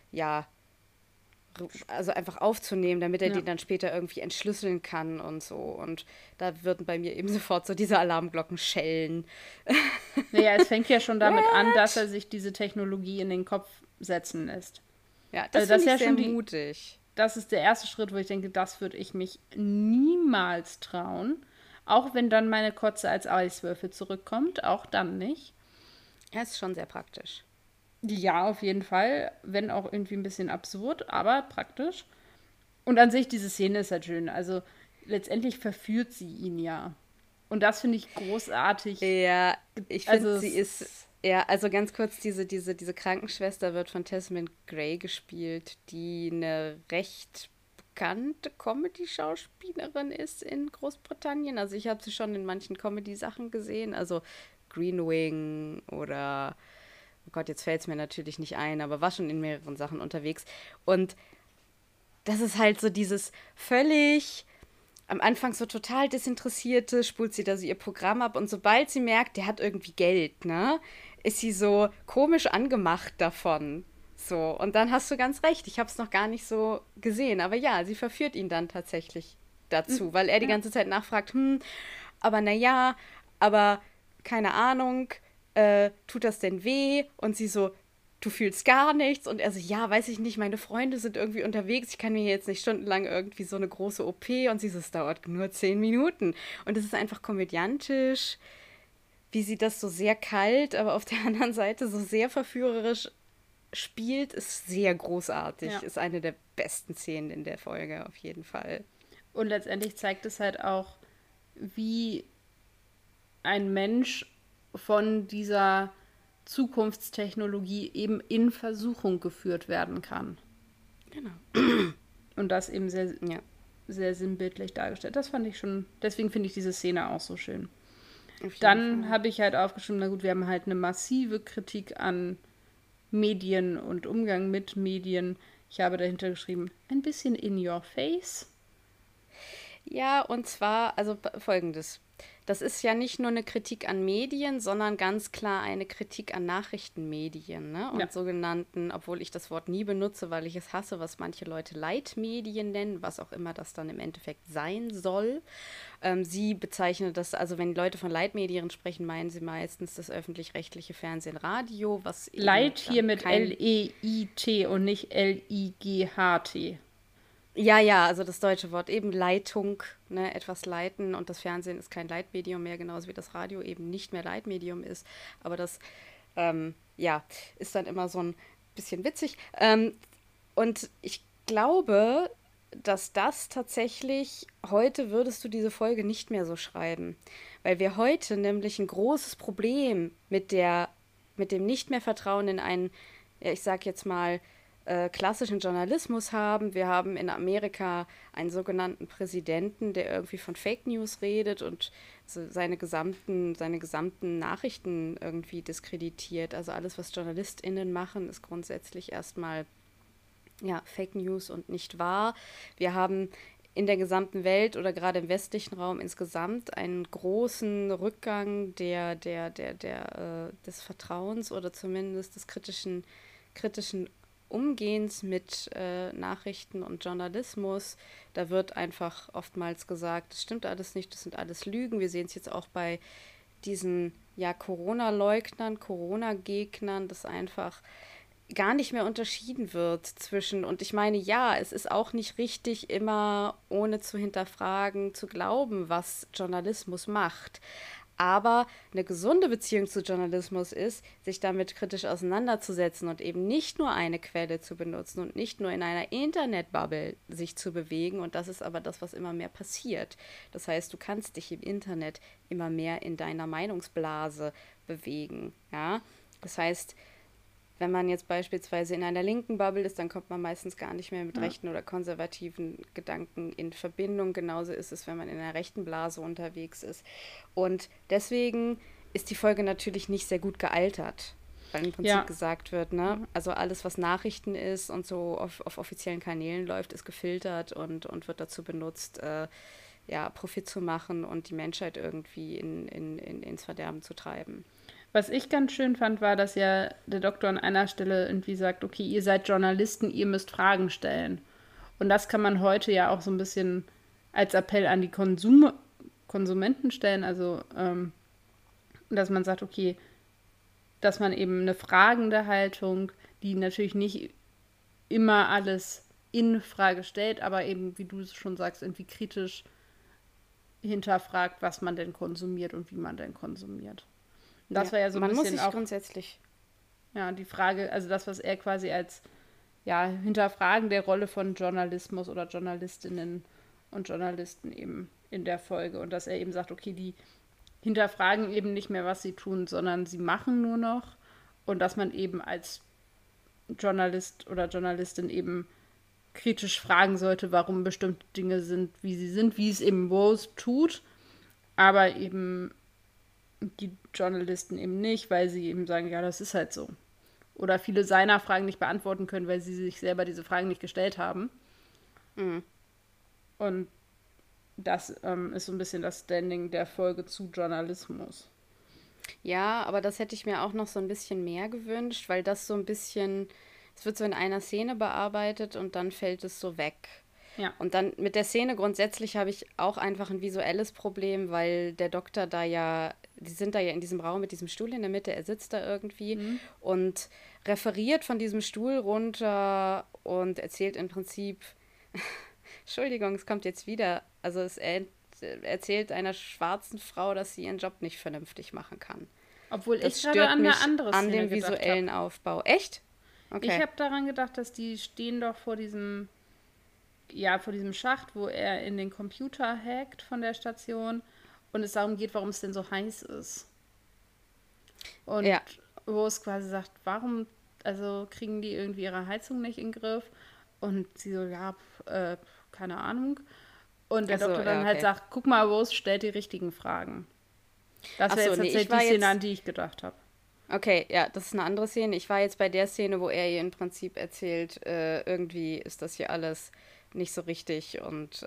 also einfach aufzunehmen, damit er den dann später irgendwie entschlüsseln kann und so. Und da würden bei mir eben sofort so diese Alarmglocken schellen. Naja, es fängt ja schon damit an, dass er sich diese Technologie in den Kopf setzen lässt. Ja, das finde ich sehr mutig. Das ist der erste Schritt, wo ich denke, das würde ich mich niemals trauen. Auch wenn dann meine Kotze als Eiswürfel zurückkommt, auch dann nicht. Ja, ist schon sehr praktisch. Ja, auf jeden Fall, wenn auch irgendwie ein bisschen absurd, aber praktisch. Und an sich, diese Szene ist halt schön. Also letztendlich verführt sie ihn ja. Und das finde ich großartig. Ja, ich finde, sie ist, also ganz kurz, diese Krankenschwester wird von Tessamine Gray gespielt, die eine recht bekannte Comedy-Schauspielerin ist in Großbritannien. Also ich habe sie schon in manchen Comedy-Sachen gesehen, also Green Wing oder oh Gott, jetzt fällt es mir natürlich nicht ein, aber war schon in mehreren Sachen unterwegs. Und das ist halt so dieses völlig am Anfang so total desinteressierte, spult sie da so ihr Programm ab und sobald sie merkt, der hat irgendwie Geld, ne, ist sie so komisch angemacht davon. So, und dann hast du ganz recht, ich habe es noch gar nicht so gesehen. Aber ja, sie verführt ihn dann tatsächlich dazu, weil er die Ja. ganze Zeit nachfragt, aber naja, aber keine Ahnung, tut das denn weh? Und sie so, du fühlst gar nichts. Und er so, ja, weiß ich nicht, meine Freunde sind irgendwie unterwegs, ich kann mir jetzt nicht stundenlang irgendwie so eine große OP. Und sie so, es dauert nur 10 Minuten. Und es ist einfach komödiantisch, wie sie das so sehr kalt, aber auf der anderen Seite so sehr verführerisch spielt, ist sehr großartig. Ja. Ist eine der besten Szenen in der Folge, auf jeden Fall. Und letztendlich zeigt es halt auch, wie ein Mensch von dieser Zukunftstechnologie eben in Versuchung geführt werden kann. Genau. Und das eben sehr, Ja, sehr sinnbildlich dargestellt. Das fand ich schon, deswegen finde ich diese Szene auch so schön. auf jeden Dann Fall. habe ich halt aufgeschrieben, na gut, wir haben halt eine massive Kritik an Medien und Umgang mit Medien. Ich habe dahinter geschrieben, ein bisschen in your face. Ja, und zwar, also folgendes. Das ist ja nicht nur eine Kritik an Medien, sondern ganz klar eine Kritik an Nachrichtenmedien, ne? Ja, Und sogenannten, obwohl ich das Wort nie benutze, weil ich es hasse, was manche Leute Leitmedien nennen, was auch immer das dann im Endeffekt sein soll. Sie bezeichnet das, also wenn Leute von Leitmedien sprechen, meinen sie meistens das öffentlich-rechtliche Fernsehen, Radio, was eben Light hier dann mit kein. L-E-I-T und nicht L-I-G-H-T. Ja, ja, also das deutsche Wort eben Leitung, ne, etwas leiten und das Fernsehen ist kein Leitmedium mehr, genauso wie das Radio eben nicht mehr Leitmedium ist. Aber das, ja, ist dann immer so ein bisschen witzig. Und ich glaube, dass das tatsächlich, heute würdest du diese Folge nicht mehr so schreiben, weil wir heute nämlich ein großes Problem mit dem nicht mehr Vertrauen in einen, ja, ich sag jetzt mal, klassischen Journalismus haben. Wir haben in Amerika einen sogenannten Präsidenten, der irgendwie von Fake News redet und so seine gesamten Nachrichten irgendwie diskreditiert. Also alles, was JournalistInnen machen, ist grundsätzlich erstmal ja, Fake News und nicht wahr. Wir haben in der gesamten Welt oder gerade im westlichen Raum insgesamt einen großen Rückgang des Vertrauens oder zumindest des kritischen Umgehens mit Nachrichten und Journalismus. Da wird einfach oftmals gesagt, das stimmt alles nicht, das sind alles Lügen. Wir sehen es jetzt auch bei diesen ja, Corona-Leugnern, Corona-Gegnern, dass einfach gar nicht mehr unterschieden wird zwischen, und ich meine, ja, es ist auch nicht richtig, immer ohne zu hinterfragen, zu glauben, was Journalismus macht. Aber eine gesunde Beziehung zu Journalismus ist, sich damit kritisch auseinanderzusetzen und eben nicht nur eine Quelle zu benutzen und nicht nur in einer Internetbubble sich zu bewegen. Und das ist aber das, was immer mehr passiert. Das heißt, du kannst dich im Internet immer mehr in deiner Meinungsblase bewegen. Ja? Das heißt, wenn man jetzt beispielsweise in einer linken Bubble ist, dann kommt man meistens gar nicht mehr mit Ja. rechten oder konservativen Gedanken in Verbindung. Genauso ist es, wenn man in einer rechten Blase unterwegs ist. Und deswegen ist die Folge natürlich nicht sehr gut gealtert, weil im Prinzip Ja, gesagt wird, ne, also alles, was Nachrichten ist und so auf offiziellen Kanälen läuft, ist gefiltert und wird dazu benutzt, ja, Profit zu machen und die Menschheit irgendwie ins Verderben zu treiben. was ich ganz schön fand, war, dass ja der Doktor an einer Stelle irgendwie sagt, okay, ihr seid Journalisten, ihr müsst Fragen stellen. Und das kann man heute ja auch so ein bisschen als Appell an die Konsumenten stellen. Also, dass man sagt, okay, dass man eben eine fragende Haltung, die natürlich nicht immer alles in Frage stellt, aber eben, wie du es schon sagst, irgendwie kritisch hinterfragt, was man denn konsumiert und wie man denn konsumiert. Und das Ja, war ja so ein man muss bisschen sich auch, grundsätzlich. ja, die Frage, also das, was er quasi als, ja, Hinterfragen der Rolle von Journalismus oder Journalistinnen und Journalisten eben in der Folge und dass er eben sagt, okay, die hinterfragen eben nicht mehr, was sie tun, sondern sie machen nur noch und dass man eben als Journalist oder Journalistin eben kritisch fragen sollte, warum bestimmte Dinge sind, wie sie sind, wie es eben Rose tut, aber eben die Journalisten eben nicht, weil sie eben sagen, ja, das ist halt so. Oder viele seiner Fragen nicht beantworten können, weil sie sich selber diese Fragen nicht gestellt haben. Mhm. Und das ist so ein bisschen das Standing der Folge zu Journalismus. Ja, aber das hätte ich mir auch noch so ein bisschen mehr gewünscht, weil das so ein bisschen es wird so in einer Szene bearbeitet und dann fällt es so weg. Ja. Und dann mit der Szene grundsätzlich habe ich auch einfach ein visuelles Problem, weil der Doktor da ja, die sind da ja in diesem Raum mit diesem Stuhl in der Mitte, er sitzt da irgendwie und referiert von diesem Stuhl runter und erzählt im Prinzip, Entschuldigung, es kommt jetzt wieder, also erzählt einer schwarzen Frau, dass sie ihren Job nicht vernünftig machen kann. Obwohl Das ich gerade stört an mich eine andere an Szene dem gedacht visuellen habe. Aufbau. Echt? Ich Okay. habe daran gedacht, dass die stehen doch vor diesem Schacht, wo er in den Computer hackt von der Station und es darum geht, warum es denn so heiß ist. Und Ja. wo es quasi sagt, warum, also kriegen die irgendwie ihre Heizung nicht in den Griff? Und sie so, ja, keine Ahnung. Und der Ach so, Doktor dann ja, halt okay. sagt, guck mal, Rose stellt die richtigen Fragen. Das Ach wäre so, jetzt nee, ich tatsächlich war die Szene, jetzt. an die ich gedacht habe. Okay, ja, das ist eine andere Szene. Ich war jetzt bei der Szene, wo er ihr im Prinzip erzählt, irgendwie ist das hier alles nicht so richtig und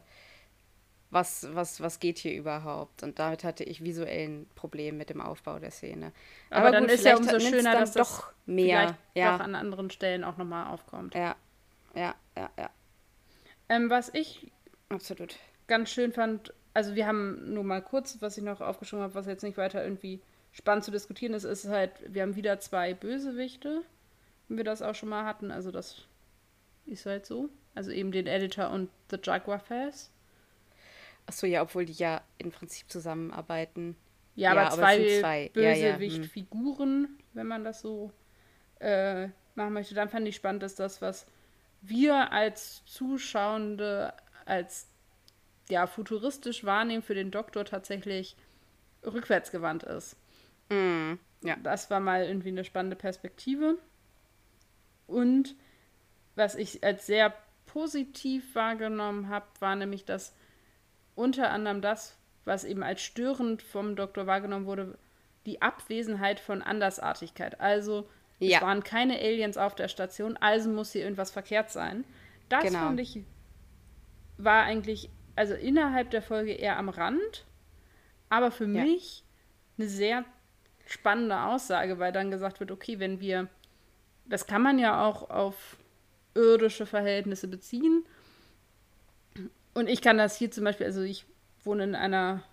was geht hier überhaupt? Und damit hatte ich visuell ein Problem mit dem Aufbau der Szene. Aber Aber dann gut, ist ja vielleicht umso nimmt es schöner, dann dass das doch vielleicht mehr. doch Ja, an anderen Stellen auch nochmal aufkommt. ja, ja, ja, ja, Was ich absolut. ganz schön fand, also wir haben nur mal kurz, was ich noch aufgeschrieben habe, was jetzt nicht weiter irgendwie spannend zu diskutieren ist, ist halt, wir haben wieder 2 Bösewichte, wie wir das auch schon mal hatten, also das ist halt so. Also eben den Editor und The Jaguar Face. Ach so, ja, obwohl die ja im Prinzip zusammenarbeiten. Ja, Ja, aber aber es sind 2 zwei. Ja, ja. Bösewicht-Figuren, wenn man das so machen möchte. Dann fand ich spannend, dass das, was wir als Zuschauende als ja, futuristisch wahrnehmen, für den Doktor tatsächlich rückwärtsgewandt ist. Ja. Das war mal irgendwie eine spannende Perspektive. Und was ich als sehr positiv wahrgenommen habe, war nämlich, dass unter anderem das, was eben als störend vom Doktor wahrgenommen wurde, die Abwesenheit von Andersartigkeit. Also es Ja, waren keine Aliens auf der Station, also muss hier irgendwas verkehrt sein. Das genau. fand ich, war eigentlich, also innerhalb der Folge eher am Rand, aber für Ja. mich eine sehr spannende Aussage, weil dann gesagt wird, okay, wenn wir, das kann man ja auch auf irdische Verhältnisse beziehen. Und ich kann das hier zum Beispiel, also ich wohne in einer,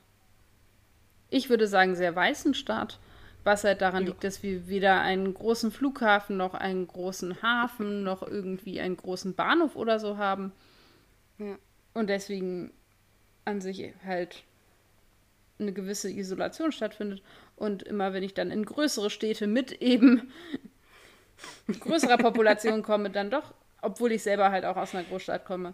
ich würde sagen, sehr weißen Stadt, was halt daran Ja. liegt, dass wir weder einen großen Flughafen noch einen großen Hafen noch irgendwie einen großen Bahnhof oder so haben. Ja. Und deswegen an sich halt eine gewisse Isolation stattfindet. Und immer wenn ich dann in größere Städte mit eben größerer Population komme, dann doch, obwohl ich selber halt auch aus einer Großstadt komme,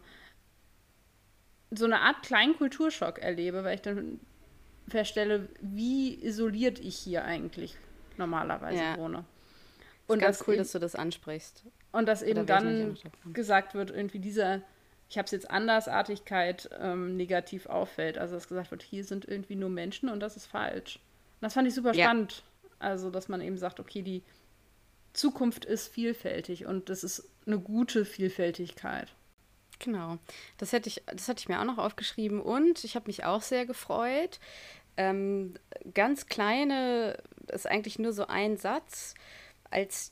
so eine Art kleinen Kulturschock erlebe, weil ich dann feststelle, wie isoliert ich hier eigentlich normalerweise Ja. wohne. Ist Und ganz das cool, eben, dass du das ansprichst. und dass Da eben wäre ich nämlich auch dann noch drauf gekommen. gesagt wird, irgendwie dieser, ich habe es jetzt Andersartigkeit negativ auffällt. Also dass gesagt wird, hier sind irgendwie nur Menschen und das ist falsch. Und das fand ich super Ja, spannend. Also, dass man eben sagt, okay, die Zukunft ist vielfältig und das ist eine gute Vielfältigkeit. genau. Das hatte ich mir auch noch aufgeschrieben und ich habe mich auch sehr gefreut. Ähm, ganz kleine, ist eigentlich nur so ein Satz, als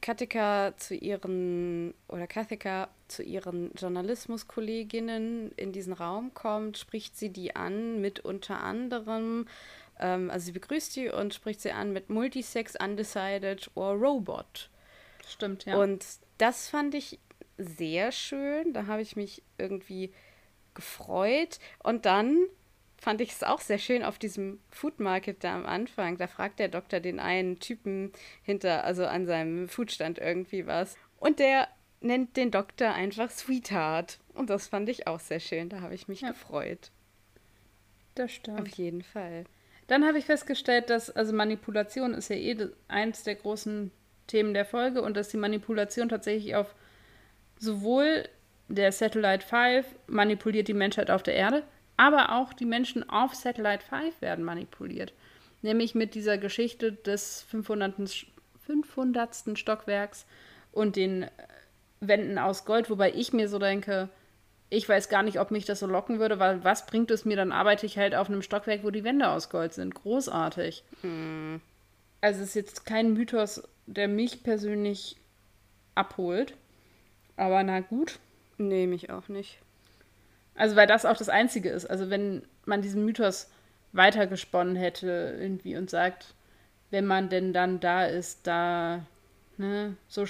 Kathika zu ihren Journalismuskolleginnen in diesen Raum kommt, spricht sie die an mit unter anderem, also sie begrüßt die und spricht sie an mit Multisex, Undecided or Robot. Stimmt, ja. Und das fand ich sehr schön. Da habe ich mich irgendwie gefreut. Und dann fand ich es auch sehr schön auf diesem Food Market da am Anfang. Da fragt der Doktor den einen Typen also an seinem Foodstand irgendwie was. Und der nennt den Doktor einfach Sweetheart. Und das fand ich auch sehr schön. Da habe ich mich Ja, gefreut. das Auf stimmt. jeden Fall. Dann habe ich festgestellt, dass, also Manipulation ist ja eins der großen Themen der Folge und dass die Manipulation tatsächlich auf sowohl der Satellite 5 manipuliert die Menschheit auf der Erde, aber auch die Menschen auf Satellite 5 werden manipuliert. Nämlich mit dieser Geschichte des 500. Stockwerks und den Wänden aus Gold, wobei ich mir so denke, ich weiß gar nicht, ob mich das so locken würde, weil was bringt es mir, dann arbeite ich halt auf einem Stockwerk, wo die Wände aus Gold sind. Großartig. Also es ist jetzt kein Mythos, der mich persönlich abholt. Aber na gut. Nee, mich auch nicht. Also weil das auch das Einzige ist. Also wenn man diesen Mythos weitergesponnen hätte irgendwie und sagt, wenn man denn dann da ist, da so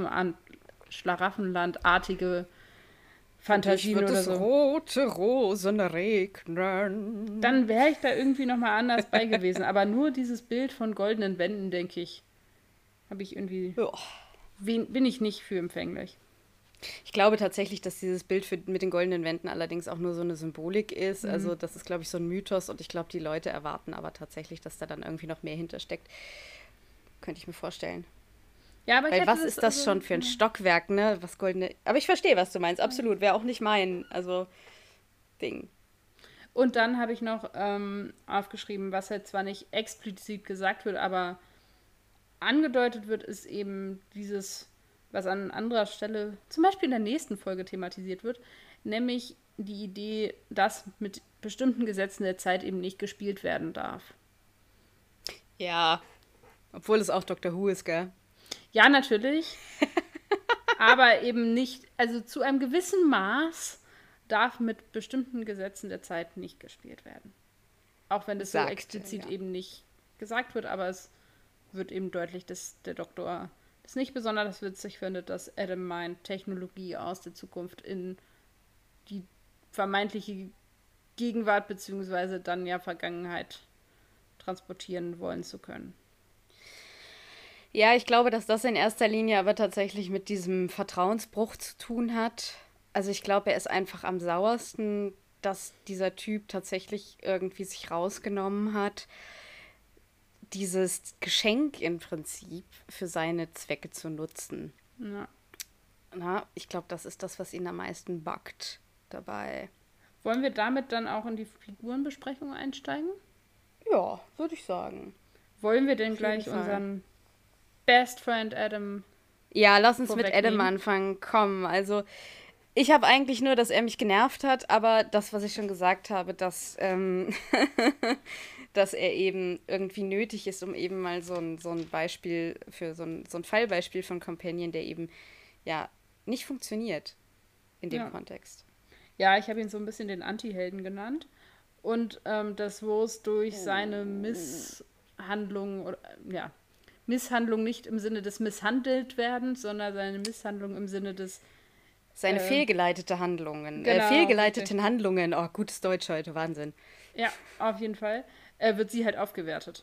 Schlaraffenlandartige Fantasien wird oder es so. rote Rosen regnen. Dann wäre ich da irgendwie nochmal anders bei gewesen. Aber nur dieses Bild von goldenen Wänden, denke ich, habe ich irgendwie, Ja. bin ich nicht für empfänglich. Ich glaube tatsächlich, dass dieses Bild mit den goldenen Wänden allerdings auch nur so eine Symbolik ist. Also das ist, glaube ich, so ein Mythos und ich glaube, die Leute erwarten aber tatsächlich, dass da dann irgendwie noch mehr hintersteckt. Könnte ich mir vorstellen. Ja, aber ich Weil hätte was ist das schon für ein Stockwerk, ne? Was goldene. Aber ich verstehe, was du meinst, absolut. Wäre auch nicht mein, also Ding. Und dann habe ich noch aufgeschrieben, was halt zwar nicht explizit gesagt wird, aber angedeutet wird, ist eben dieses, was an anderer Stelle, zum Beispiel in der nächsten Folge thematisiert wird, nämlich die Idee, dass mit bestimmten Gesetzen der Zeit eben nicht gespielt werden darf. Ja. Obwohl es auch Doctor Who ist, gell? Ja, natürlich. Aber eben nicht, also zu einem gewissen Maß darf mit bestimmten Gesetzen der Zeit nicht gespielt werden. Auch wenn das so explizit eben nicht gesagt wird, aber es wird eben deutlich, dass der Doktor das nicht besonders witzig findet, dass Adam meint, Technologie aus der Zukunft in die vermeintliche Gegenwart bzw. dann ja Vergangenheit transportieren wollen zu können. Ja, ich glaube, dass das in erster Linie aber tatsächlich mit diesem Vertrauensbruch zu tun hat. Also ich glaube, er ist einfach am sauersten, dass dieser Typ tatsächlich irgendwie sich rausgenommen hat, dieses Geschenk im Prinzip für seine Zwecke zu nutzen. Ja. Na, ich glaube, das ist das, was ihn am meisten buggt dabei. Wollen wir damit dann auch in die Figurenbesprechung einsteigen? Ja, würde ich sagen. Wollen wir denn gleich unseren Best Friend Adam? Ja, lass uns mit Adam anfangen. Komm, also ich habe eigentlich nur, dass er mich genervt hat, aber das, was ich schon gesagt habe, dass, dass er eben irgendwie nötig ist, um eben mal so ein Beispiel für so ein Fallbeispiel von Companion, der eben ja nicht funktioniert in dem Kontext. Ja, ich habe ihn so ein bisschen den Anti-Helden genannt. Und dass Rose durch seine Misshandlung, Misshandlung nicht im Sinne des Misshandeltwerdens, sondern seine Misshandlung im Sinne des seine fehlgeleitete Handlungen. Genau, fehlgeleiteten Handlungen. Oh, gutes Deutsch heute, Wahnsinn. Ja, auf jeden Fall. Wird sie halt aufgewertet.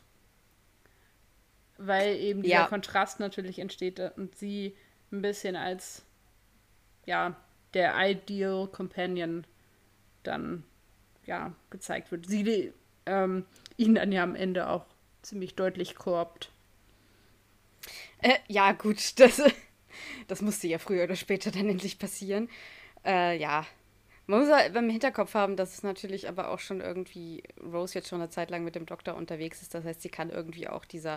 Weil eben dieser Kontrast natürlich entsteht und sie ein bisschen als der Ideal Companion dann gezeigt wird. Sie ihn dann ja am Ende auch ziemlich deutlich korbt. Ja, gut, das musste ja früher oder später dann endlich passieren. Ja, man muss halt im Hinterkopf haben, dass es natürlich aber auch schon irgendwie Rose jetzt schon eine Zeit lang mit dem Doktor unterwegs ist. Das heißt, sie kann irgendwie auch dieser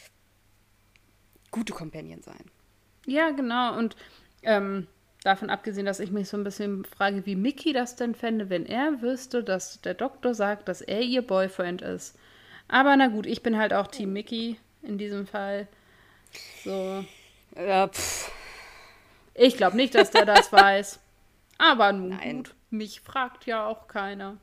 gute Companion sein. Ja, genau. Und davon abgesehen, dass ich mich so ein bisschen frage, wie Mickey das denn fände, wenn er wüsste, dass der Doktor sagt, dass er ihr Boyfriend ist. Aber na gut, ich bin halt auch Team Mickey in diesem Fall. So. Ja, ich glaube nicht, dass der das weiß. Aber nun gut, mich fragt ja auch keiner.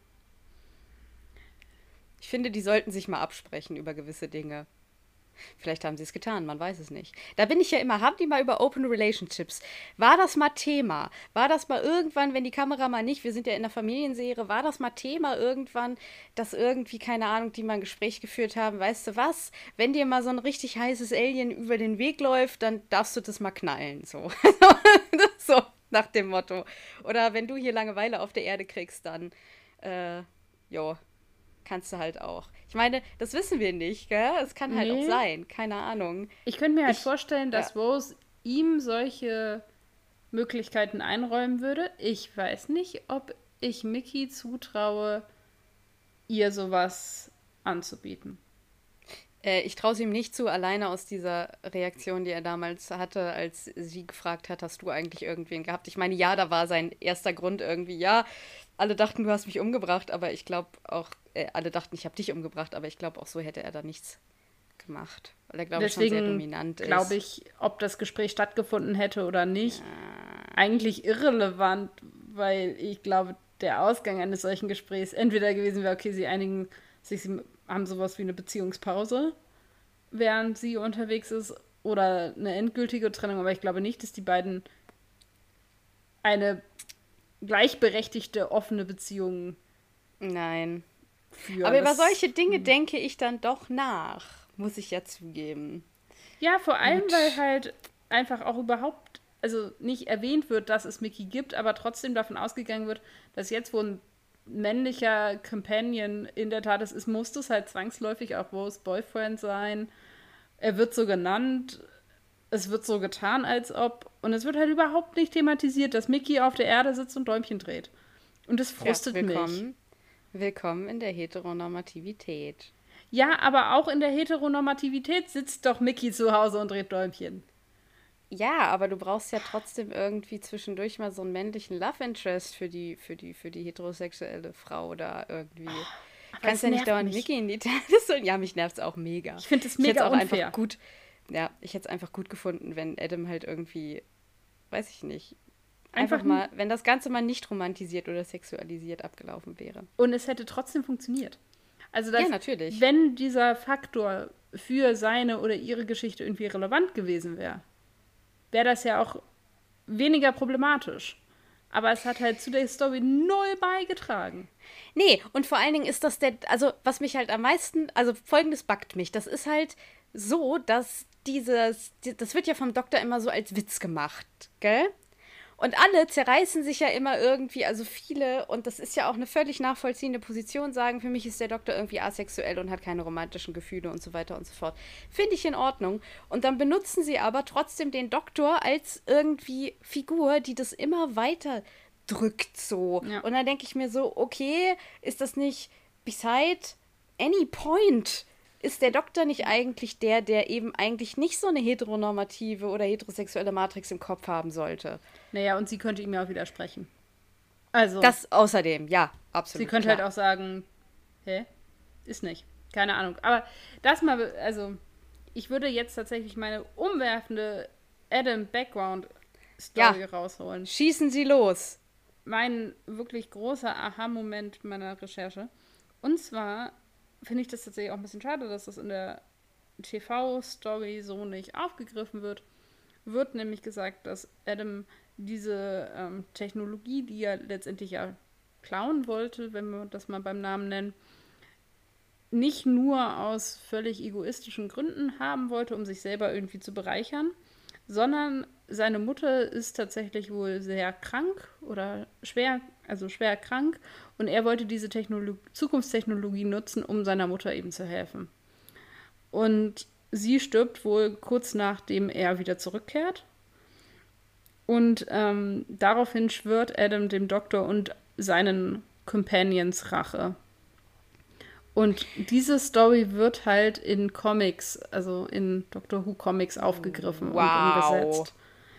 Ich finde, die sollten sich mal absprechen über gewisse Dinge. Vielleicht haben sie es getan, man weiß es nicht. Da bin ich ja immer, haben die mal über Open Relationships? War das mal Thema? War das mal irgendwann, wenn die Kamera mal nicht, wir sind ja in der Familienserie, war das mal Thema irgendwann, dass irgendwie, keine Ahnung, die mal ein Gespräch geführt haben, weißt du was, wenn dir mal so ein richtig heißes Alien über den Weg läuft, dann darfst du das mal knallen, so. So, nach dem Motto. Oder wenn du hier Langeweile auf der Erde kriegst, dann, kannst du halt auch. Ich meine, das wissen wir nicht, gell? Es kann halt auch sein, keine Ahnung. Ich könnte mir halt vorstellen, dass Rose ihm solche Möglichkeiten einräumen würde. Ich weiß nicht, ob ich Mickey zutraue, ihr sowas anzubieten. Ich traue es ihm nicht zu, alleine aus dieser Reaktion, die er damals hatte, als sie gefragt hat, hast du eigentlich irgendwen gehabt? Ich meine, ja, da war sein erster Grund irgendwie, ja, alle dachten, du hast mich umgebracht, aber ich glaube auch, alle dachten, ich habe dich umgebracht, aber ich glaube auch so hätte er da nichts gemacht, weil er, glaube ich, schon sehr Deswegen dominant ist. glaube ich, ob das Gespräch stattgefunden hätte oder nicht, eigentlich irrelevant, weil ich glaube, der Ausgang eines solchen Gesprächs entweder gewesen wäre, okay, sie einigen sich, sie haben sowas wie eine Beziehungspause, während sie unterwegs ist, oder eine endgültige Trennung, aber ich glaube nicht, dass die beiden eine gleichberechtigte, offene Beziehung Nein. führen. Aber über solche Dinge denke ich dann doch nach, muss ich ja zugeben. Ja, vor allem, Gut. weil halt einfach auch überhaupt, also nicht erwähnt wird, dass es Mickey gibt, aber trotzdem davon ausgegangen wird, dass jetzt, wo ein männlicher Companion in der Tat ist, muss es halt zwangsläufig auch Rose Boyfriend sein. Er wird so genannt, es wird so getan, als ob, und es wird halt überhaupt nicht thematisiert, dass Mickey auf der Erde sitzt und Däumchen dreht. Und das frustet mich. Willkommen in der Heteronormativität. Ja, aber auch in der Heteronormativität sitzt doch Mickey zu Hause und dreht Däumchen. Ja, aber du brauchst ja trotzdem irgendwie zwischendurch mal so einen männlichen Love Interest für die heterosexuelle Frau da irgendwie. Kannst ja nicht dauernd Mickey in die Tages holen. Ja, mich nervt's auch mega. Ich finde es mega unfair. Ich hätte es einfach gut gefunden, wenn Adam halt irgendwie, weiß ich nicht, einfach mal, wenn das Ganze mal nicht romantisiert oder sexualisiert abgelaufen wäre. Und es hätte trotzdem funktioniert. Also, ja, natürlich. Wenn dieser Faktor für seine oder ihre Geschichte irgendwie relevant gewesen wäre, wäre das ja auch weniger problematisch. Aber es hat halt zu der Story null beigetragen. Nee, und vor allen Dingen ist das also was mich halt am meisten, also Folgendes backt mich. Das ist halt so, dass das wird ja vom Doktor immer so als Witz gemacht, gell? Und alle zerreißen sich ja immer irgendwie, also viele, und das ist ja auch eine völlig nachvollziehende Position, sagen, für mich ist der Doktor irgendwie asexuell und hat keine romantischen Gefühle und so weiter und so fort. Finde ich in Ordnung. Und dann benutzen sie aber trotzdem den Doktor als irgendwie Figur, die das immer weiter drückt so. Ja. Und dann denke ich mir so, okay, ist das nicht beside any point? Ist der Doktor nicht eigentlich der eben eigentlich nicht so eine heteronormative oder heterosexuelle Matrix im Kopf haben sollte? Naja, und sie könnte ihm ja auch widersprechen. Also. Das außerdem, ja, absolut. Sie könnte halt auch sagen, hä? Ist nicht. Keine Ahnung. Aber das mal, also, ich würde jetzt tatsächlich meine umwerfende Adam-Background-Story rausholen. Schießen Sie los. Mein wirklich großer Aha-Moment meiner Recherche. Und zwar finde ich das tatsächlich auch ein bisschen schade, dass das in der TV-Story so nicht aufgegriffen wird. Wird nämlich gesagt, dass Adam diese Technologie, die er letztendlich ja klauen wollte, wenn wir das mal beim Namen nennen, nicht nur aus völlig egoistischen Gründen haben wollte, um sich selber irgendwie zu bereichern, sondern seine Mutter ist tatsächlich wohl sehr krank oder schwer krank, und er wollte diese Zukunftstechnologie nutzen, um seiner Mutter eben zu helfen. Und sie stirbt wohl kurz nachdem er wieder zurückkehrt. Und daraufhin schwört Adam dem Doktor und seinen Companions Rache. Und diese Story wird halt in Comics, also in Doctor Who Comics aufgegriffen und umgesetzt.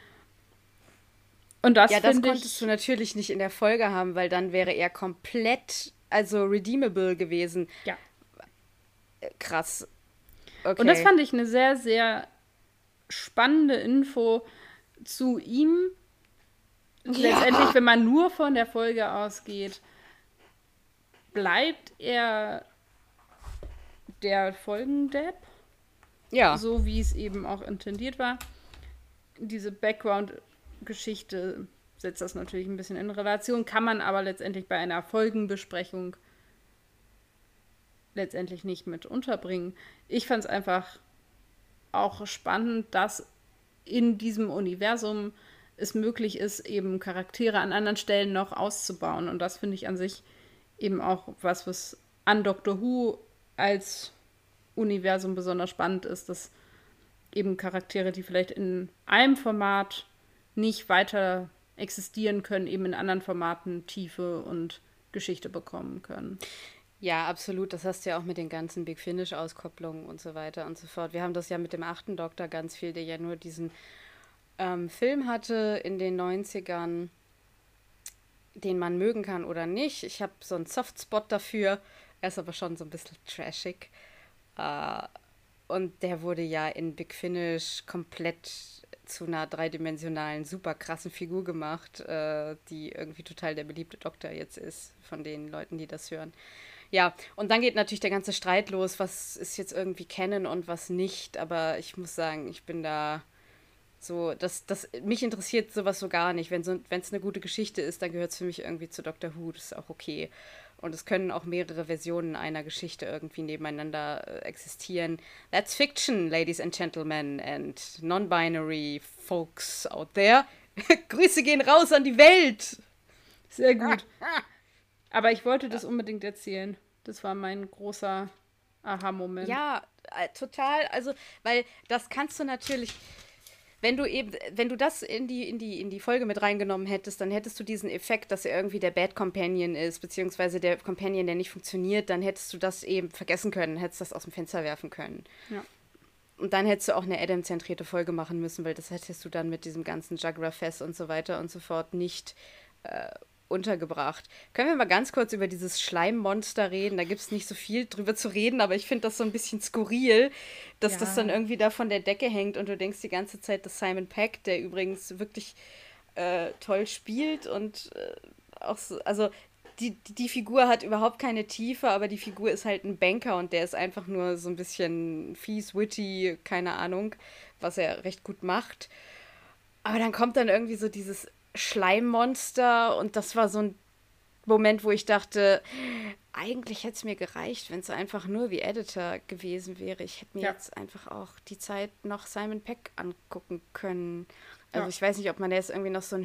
Und das konntest du natürlich nicht in der Folge haben, weil dann wäre er komplett, also redeemable gewesen. Ja. Krass. Okay. Und das fand ich eine sehr, sehr spannende Info zu ihm. Letztendlich, wenn man nur von der Folge ausgeht, bleibt er der Folgendepp. Ja. So wie es eben auch intendiert war. Diese Background-Geschichte setzt das natürlich ein bisschen in Relation, kann man aber letztendlich bei einer Folgenbesprechung letztendlich nicht mit unterbringen. Ich fand es einfach auch spannend, dass in diesem Universum es möglich ist, eben Charaktere an anderen Stellen noch auszubauen. Und das finde ich an sich eben auch was an Doctor Who als Universum besonders spannend ist, dass eben Charaktere, die vielleicht in einem Format nicht weiter existieren können, eben in anderen Formaten Tiefe und Geschichte bekommen können. Ja, absolut. Das hast du ja auch mit den ganzen Big Finish-Auskopplungen und so weiter und so fort. Wir haben das ja mit dem 8. Doktor ganz viel, der ja nur diesen Film hatte in den 90ern, den man mögen kann oder nicht. Ich habe so einen Softspot dafür. Er ist aber schon so ein bisschen trashig. Und der wurde ja in Big Finish komplett zu einer dreidimensionalen, super krassen Figur gemacht, die irgendwie total der beliebte Doktor jetzt ist von den Leuten, die das hören. Ja, und dann geht natürlich der ganze Streit los, was ist jetzt irgendwie Canon und was nicht. Aber ich muss sagen, ich bin da so, mich interessiert sowas so gar nicht. Wenn es eine gute Geschichte ist, dann gehört es für mich irgendwie zu Doctor Who, das ist auch okay. Und es können auch mehrere Versionen einer Geschichte irgendwie nebeneinander existieren. That's fiction, ladies and gentlemen and non-binary folks out there. Grüße gehen raus an die Welt! Sehr gut. Aber ich wollte das unbedingt erzählen. Das war mein großer Aha-Moment. Ja, total. Also, weil das kannst du natürlich, wenn du das in die Folge mit reingenommen hättest, dann hättest du diesen Effekt, dass er irgendwie der Bad Companion ist, beziehungsweise der Companion, der nicht funktioniert, dann hättest du das eben vergessen können, hättest das aus dem Fenster werfen können. Ja. Und dann hättest du auch eine Adam-zentrierte Folge machen müssen, weil das hättest du dann mit diesem ganzen Jugra-Fest und so weiter und so fort nicht untergebracht. Können wir mal ganz kurz über dieses Schleimmonster reden? Da gibt es nicht so viel drüber zu reden, aber ich finde das so ein bisschen skurril, dass das dann irgendwie da von der Decke hängt und du denkst die ganze Zeit, dass Simon Pegg, der übrigens wirklich toll spielt und auch so, also die Figur hat überhaupt keine Tiefe, aber die Figur ist halt ein Banker und der ist einfach nur so ein bisschen fies, witty, keine Ahnung, was er recht gut macht. Aber dann kommt dann irgendwie so dieses Schleimmonster und das war so ein Moment, wo ich dachte, eigentlich hätte es mir gereicht, wenn es einfach nur wie Editor gewesen wäre. Ich hätte mir jetzt einfach auch die Zeit noch Simon Pegg angucken können. Also ich weiß nicht, ob man jetzt irgendwie noch so ein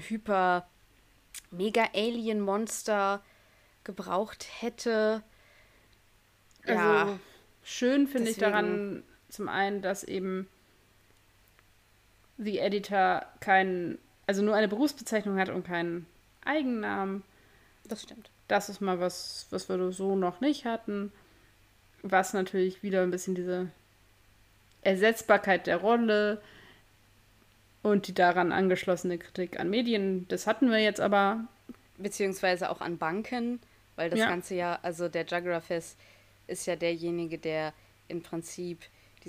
Mega-Alien-Monster gebraucht hätte. Ja, also schön finde ich daran zum einen, dass eben The Editor also nur eine Berufsbezeichnung hat und keinen Eigennamen. Das stimmt. Das ist mal was wir so noch nicht hatten. Was natürlich wieder ein bisschen diese Ersetzbarkeit der Rolle und die daran angeschlossene Kritik an Medien, das hatten wir jetzt aber. Beziehungsweise auch an Banken, weil das Ganze ja, also der Jugra-Fest ist ja derjenige, der im Prinzip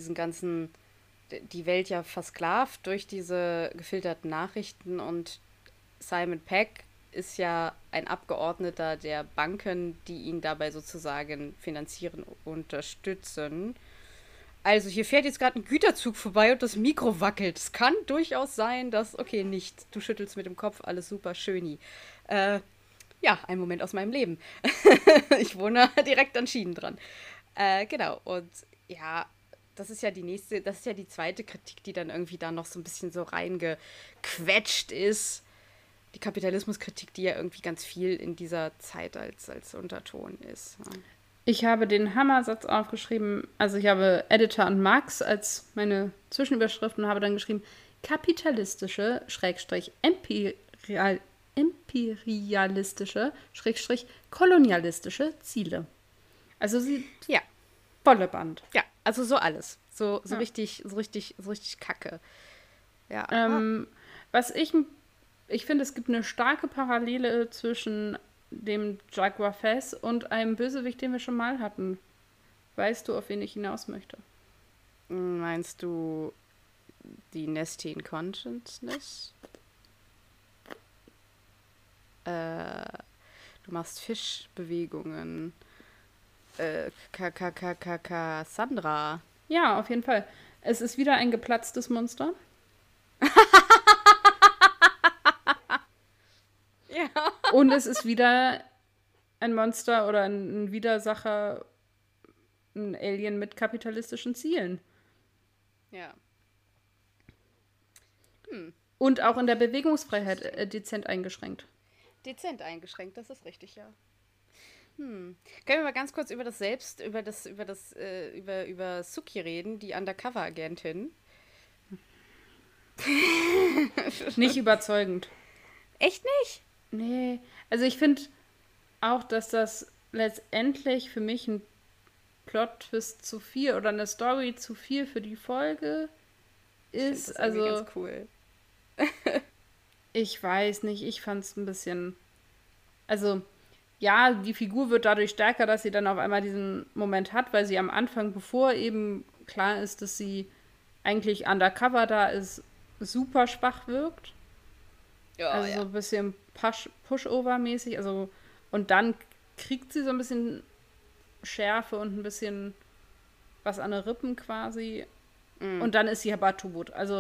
die Welt ja versklavt durch diese gefilterten Nachrichten und Simon Pegg ist ja ein Abgeordneter der Banken, die ihn dabei sozusagen finanzieren, unterstützen. Also hier fährt jetzt gerade ein Güterzug vorbei und das Mikro wackelt. Es kann durchaus sein, dass, okay, nicht, du schüttelst mit dem Kopf, alles super, schöni. Ja, ein Moment aus meinem Leben. Ich wohne direkt an Schienen dran. Genau, und ja, das ist ja die zweite Kritik, die dann irgendwie da noch so ein bisschen so reingequetscht ist. Die Kapitalismuskritik, die ja irgendwie ganz viel in dieser Zeit als Unterton ist. Ja. Ich habe den Hammersatz aufgeschrieben, also ich habe Editor und Max als meine Zwischenüberschrift und habe dann geschrieben, kapitalistische, imperialistische, kolonialistische Ziele. Also sie volle Band. Ja, also so alles. So richtig Kacke. Ja. Was ich finde, es gibt eine starke Parallele zwischen dem Jaguar Fess und einem Bösewicht, den wir schon mal hatten. Weißt du, auf wen ich hinaus möchte? Meinst du die Nestine Consciousness? Du machst Fischbewegungen. Sandra. Ja, auf jeden Fall. Es ist wieder ein geplatztes Monster. Ja. Und es ist wieder ein Monster oder ein Widersacher, ein Alien mit kapitalistischen Zielen. Ja. Und auch in der Bewegungsfreiheit dezent eingeschränkt. Dezent eingeschränkt, das ist richtig, ja. Können wir mal ganz kurz über Suki reden, die Undercover-Agentin? Nicht überzeugend. Echt nicht? Nee. Also ich finde auch, dass das letztendlich für mich ein Plot-Twist zu viel oder eine Story zu viel für die Folge ist. Das also ganz cool. Ich weiß nicht, ich fand es ein bisschen. Also, ja, die Figur wird dadurch stärker, dass sie dann auf einmal diesen Moment hat, weil sie am Anfang, bevor eben klar ist, dass sie eigentlich undercover da ist, super schwach wirkt. Ja, Also so ja. ein bisschen Pushover-mäßig. Also, und dann kriegt sie so ein bisschen Schärfe und ein bisschen was an den Rippen quasi. Und dann ist sie aber tot. Also,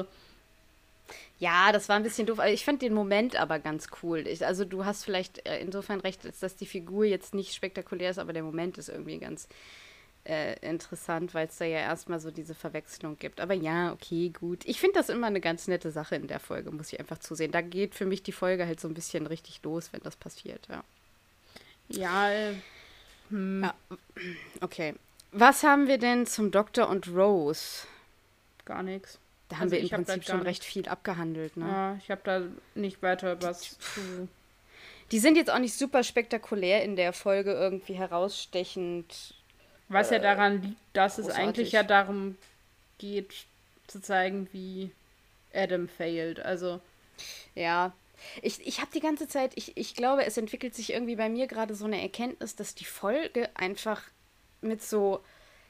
Ja, das war ein bisschen doof. Ich fand den Moment aber ganz cool. Also du hast vielleicht insofern recht, dass die Figur jetzt nicht spektakulär ist, aber der Moment ist irgendwie ganz interessant, weil es da ja erstmal so diese Verwechslung gibt. Aber ja, okay, gut. Ich finde das immer eine ganz nette Sache in der Folge, muss ich einfach zusehen. Da geht für mich die Folge halt so ein bisschen richtig los, wenn das passiert, ja. ja, Ja, okay. Was haben wir denn zum Doktor und Rose? gar nichts. Da haben Also wir im ich habe da Prinzip gar schon recht nichts. viel abgehandelt, ne? Ja, ich habe da nicht weiter was zu. Die sind jetzt auch nicht super spektakulär in der Folge irgendwie herausstechend Was ja daran liegt, dass es eigentlich ja großartig. darum geht, zu zeigen, wie Adam failed. Also, Ja. Ich habe die ganze Zeit, ich glaube, es entwickelt sich irgendwie bei mir gerade so eine Erkenntnis, dass die Folge einfach mit so,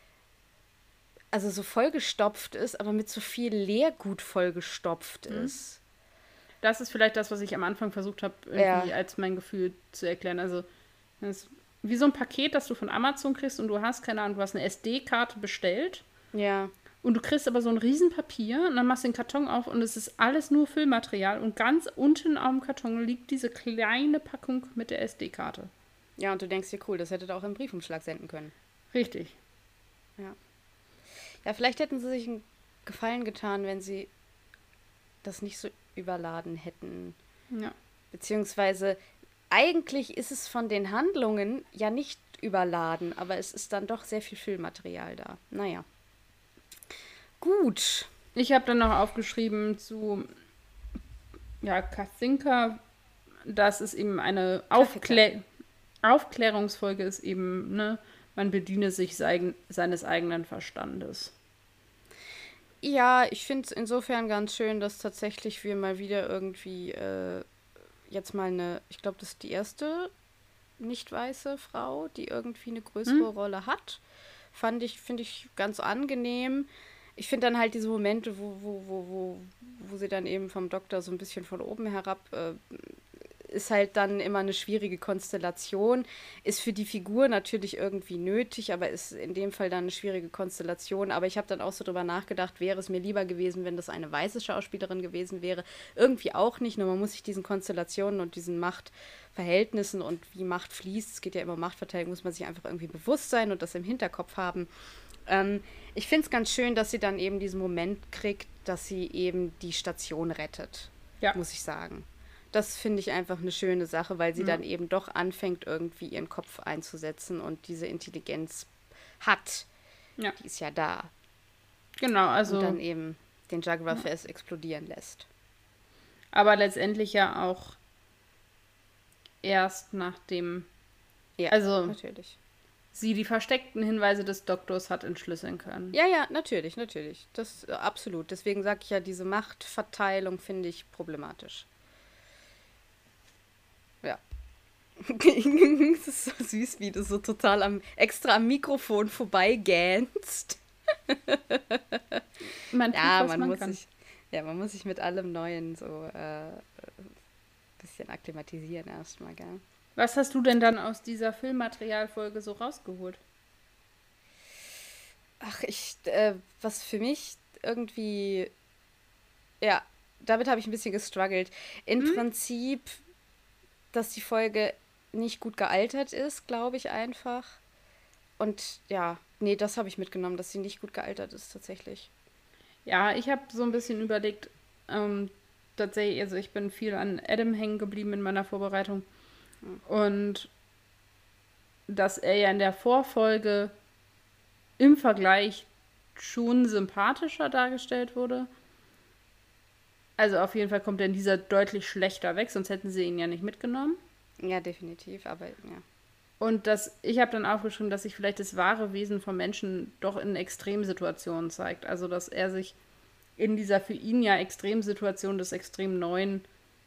also so vollgestopft ist, aber mit so viel Leergut vollgestopft ist. das ist vielleicht das, was ich am Anfang versucht habe, Ja, irgendwie als mein Gefühl zu erklären. Also, das ist wie so ein Paket, das du von Amazon kriegst und du hast, keine Ahnung, du hast eine SD-Karte bestellt ja. und du kriegst aber so ein Riesenpapier und dann machst du den Karton auf und es ist alles nur Füllmaterial und ganz unten auf dem Karton liegt diese kleine Packung mit der SD-Karte. Ja, und du denkst dir, cool, das hättet ihr auch im Briefumschlag senden können. Richtig. Ja. Ja, vielleicht hätten sie sich einen Gefallen getan, wenn sie das nicht so überladen hätten. Ja. Beziehungsweise, eigentlich ist es von den Handlungen ja nicht überladen, aber es ist dann doch sehr viel Füllmaterial da. Naja. Gut. Ich habe dann noch aufgeschrieben zu ja, Katinka, dass es eben eine Kaffeeklatsch. Aufklärungsfolge ist, eben, ne, man bediene sich seines eigenen Verstandes. Ja, ich finde es insofern ganz schön, dass tatsächlich wir mal wieder irgendwie jetzt mal eine, ich glaube, das ist die erste nicht weiße Frau, die irgendwie eine Hm? größere Rolle hat. Finde ich ganz angenehm. Ich finde dann halt diese Momente, wo sie dann eben vom Doktor so ein bisschen von oben herab ist halt dann immer eine schwierige Konstellation. Ist für die Figur natürlich irgendwie nötig, aber ist in dem Fall dann eine schwierige Konstellation. Aber ich habe dann auch so drüber nachgedacht, wäre es mir lieber gewesen, wenn das eine weiße Schauspielerin gewesen wäre. Irgendwie auch nicht, nur man muss sich diesen Konstellationen und diesen Machtverhältnissen und wie Macht fließt, es geht ja immer um Machtverteilung, muss man sich einfach irgendwie bewusst sein und das im Hinterkopf haben. Ich finde es ganz schön, dass sie dann eben diesen Moment kriegt, dass sie eben die Station rettet, Ja. muss ich sagen. Das finde ich einfach eine schöne Sache, weil sie Ja. dann eben doch anfängt, irgendwie ihren Kopf einzusetzen und diese Intelligenz hat. Ja. Die ist ja da. Genau, Und also, dann eben den Jaguar Fest explodieren lässt. aber letztendlich ja auch erst nachdem, Ja, also natürlich. sie die versteckten Hinweise des Doktors hat entschlüsseln können. Ja, ja, natürlich, natürlich. Das absolut. Deswegen sage ich ja, diese Machtverteilung finde ich problematisch. Ja. Es ist so süß, wie du so total extra am Mikrofon vorbeigähnst. Man tut, Ja, was man kann. man muss sich mit allem Neuen so bisschen akklimatisieren erstmal, gell? Was hast du denn dann aus dieser Filmmaterialfolge so rausgeholt? Ach, was für mich irgendwie, ja, damit habe ich ein bisschen gestruggelt. Im Hm? Prinzip, dass die Folge nicht gut gealtert ist, glaube ich einfach. Und ja, nee, das habe ich mitgenommen, dass sie nicht gut gealtert ist, tatsächlich. Ja, ich habe so ein bisschen überlegt, ähm, tatsächlich, also ich bin viel an Adam hängen geblieben in meiner Vorbereitung und dass er ja in der Vorfolge im Vergleich schon sympathischer dargestellt wurde. Also auf jeden Fall kommt er in dieser deutlich schlechter weg, sonst hätten sie ihn ja nicht mitgenommen. Ja, definitiv, aber ja. Und ich habe dann aufgeschrieben, dass sich vielleicht das wahre Wesen von Menschen doch in Extremsituationen zeigt. Also dass er sich in dieser für ihn ja Extremsituation des extrem Neuen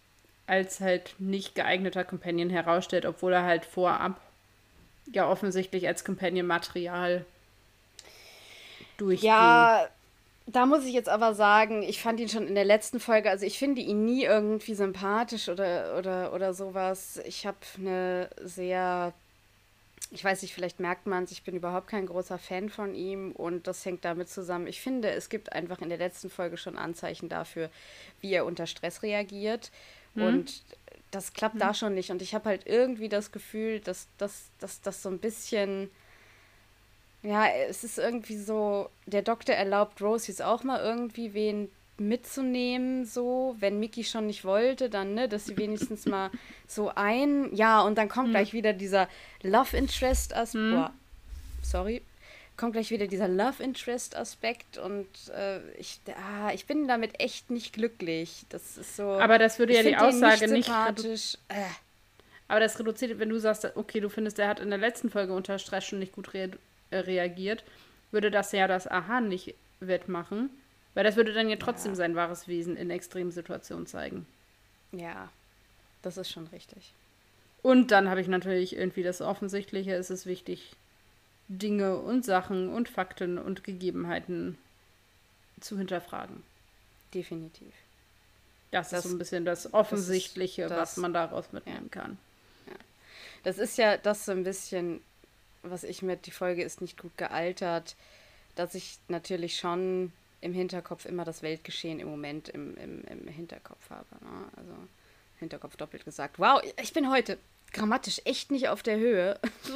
als halt nicht geeigneter Companion herausstellt, obwohl er halt vorab ja offensichtlich als Companion-Material durchging. Ja, da muss ich jetzt aber sagen, ich fand ihn schon in der letzten Folge, also ich finde ihn nie irgendwie sympathisch oder sowas. Ich habe eine sehr, ich weiß nicht, vielleicht merkt man es, ich bin überhaupt kein großer Fan von ihm und das hängt damit zusammen. Ich finde, es gibt einfach in der letzten Folge schon Anzeichen dafür, wie er unter Stress reagiert und das klappt da schon nicht. Und ich habe halt irgendwie das Gefühl, dass das so ein bisschen, ja, es ist irgendwie so, der Doktor erlaubt Rose jetzt auch mal irgendwie wen mitzunehmen, so, wenn Mickey schon nicht wollte, dann, ne, dass sie wenigstens mal so ja, und dann kommt gleich wieder dieser Love Interest Aspekt, sorry, kommt gleich wieder dieser Love Interest Aspekt und ich bin damit echt nicht glücklich. Das ist so, Aber das würde ja die Aussage nicht sympathisch. Aber das reduziert, wenn du sagst, okay, du findest, er hat in der letzten Folge unter Stress schon nicht gut reagiert, würde das ja das Aha nicht wettmachen. Weil das würde dann ja trotzdem sein wahres Wesen in extremen Situationen zeigen. Ja, das ist schon richtig. Und dann habe ich natürlich irgendwie das Offensichtliche, es ist wichtig, Dinge und Sachen und Fakten und Gegebenheiten zu hinterfragen. Definitiv. Das ist so ein bisschen das Offensichtliche, was man daraus mitnehmen kann. Ja. Das ist ja das so ein bisschen, was ich die Folge ist nicht gut gealtert, dass ich natürlich schon im Hinterkopf immer das Weltgeschehen im Moment im Hinterkopf habe. Ne? Also Hinterkopf doppelt gesagt. Wow, ich bin heute grammatisch echt nicht auf der Höhe.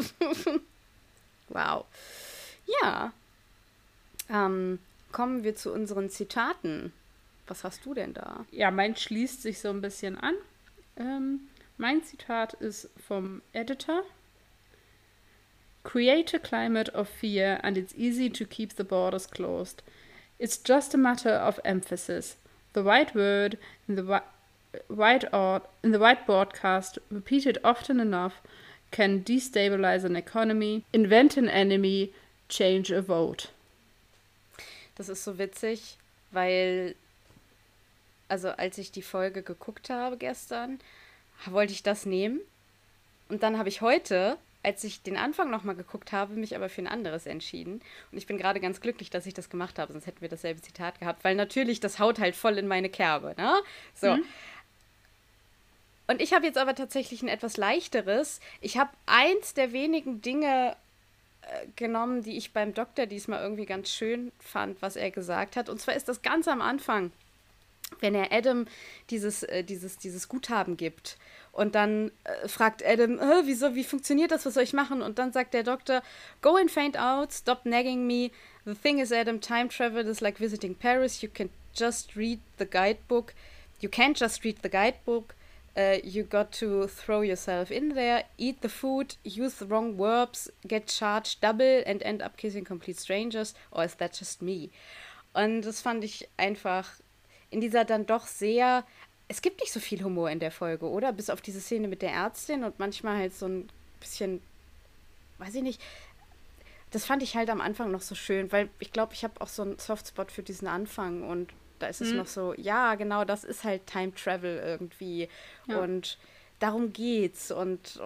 Wow. Ja. Kommen wir zu unseren Zitaten. Was hast du denn da? Ja, mein schließt sich so ein bisschen an. Mein Zitat ist vom Editor. Create a climate of fear and it's easy to keep the borders closed. It's just a matter of emphasis. The right word in the right broadcast, repeated often enough, can destabilize an economy, invent an enemy, change a vote. Das ist so witzig, weil, also als ich die Folge geguckt habe gestern, wollte ich das nehmen. Und dann habe ich heute, als ich den Anfang nochmal geguckt habe, mich aber für ein anderes entschieden. Und ich bin gerade ganz glücklich, dass ich das gemacht habe, sonst hätten wir dasselbe Zitat gehabt, weil natürlich, das haut halt voll in meine Kerbe, ne? So. Und ich habe jetzt aber tatsächlich ein etwas leichteres. Ich habe eins der wenigen Dinge genommen, die ich beim Doktor diesmal irgendwie ganz schön fand, was er gesagt hat. Und zwar ist das ganz am Anfang, wenn er Adam dieses Guthaben gibt. Und dann fragt Adam, wie funktioniert das, was soll ich machen? Und dann sagt der Doktor, go and find out, stop nagging me. The thing is, Adam, time travel is like visiting Paris. You can just read the guidebook. You can't just read the guidebook. You got to throw yourself in there, eat the food, use the wrong verbs, get charged double and end up kissing complete strangers. Or is that just me? Und das fand ich einfach in dieser dann doch sehr, es gibt nicht so viel Humor in der Folge, oder? Bis auf diese Szene mit der Ärztin und manchmal halt so ein bisschen, weiß ich nicht, das fand ich halt am Anfang noch so schön, weil ich glaube, ich habe auch so einen Softspot für diesen Anfang und da ist es noch so, ja, genau, das ist halt Time Travel irgendwie und darum geht's und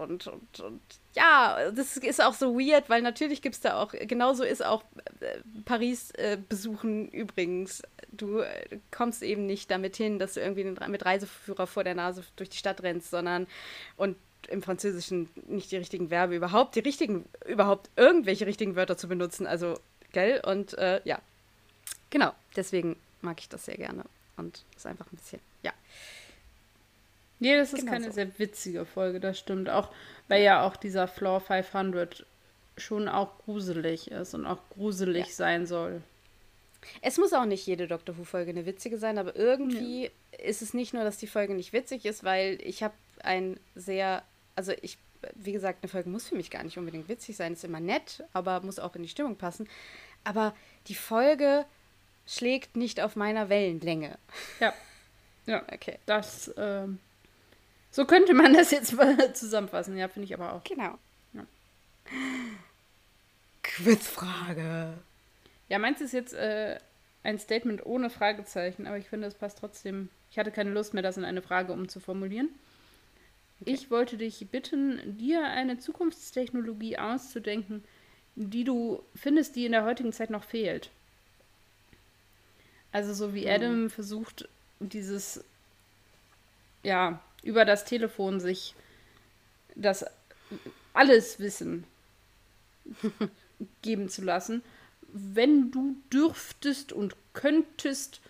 ja, das ist auch so weird, weil natürlich gibt es da auch, genauso ist auch Paris besuchen übrigens. Du kommst eben nicht damit hin, dass du irgendwie mit Reiseführer vor der Nase durch die Stadt rennst, sondern und im Französischen nicht die richtigen Verben überhaupt irgendwelche richtigen Wörter zu benutzen, also, gell? Und ja, genau, deswegen mag ich das sehr gerne und ist einfach ein bisschen, ja. Nee, das ist keine sehr witzige Folge, das stimmt. Auch, weil ja auch dieser Floor 500 schon auch gruselig ist und auch gruselig sein soll. Es muss auch nicht jede Doctor Who-Folge eine witzige sein, aber irgendwie ist es nicht nur, dass die Folge nicht witzig ist, weil ich habe wie gesagt, eine Folge muss für mich gar nicht unbedingt witzig sein, ist immer nett, aber muss auch in die Stimmung passen. Aber die Folge schlägt nicht auf meiner Wellenlänge. Ja, okay. Das, so könnte man das jetzt mal zusammenfassen. Ja, finde ich aber auch. Genau. Ja. Quizfrage. Ja, meins ist jetzt ein Statement ohne Fragezeichen, aber ich finde, es passt trotzdem Ich hatte keine Lust mehr, das in eine Frage umzuformulieren. Okay. Ich wollte dich bitten, dir eine Zukunftstechnologie auszudenken, die du findest, die in der heutigen Zeit noch fehlt. Also so wie Adam versucht, dieses, ja, über das Telefon sich das alles Wissen geben zu lassen. Wenn du dürftest und könntest,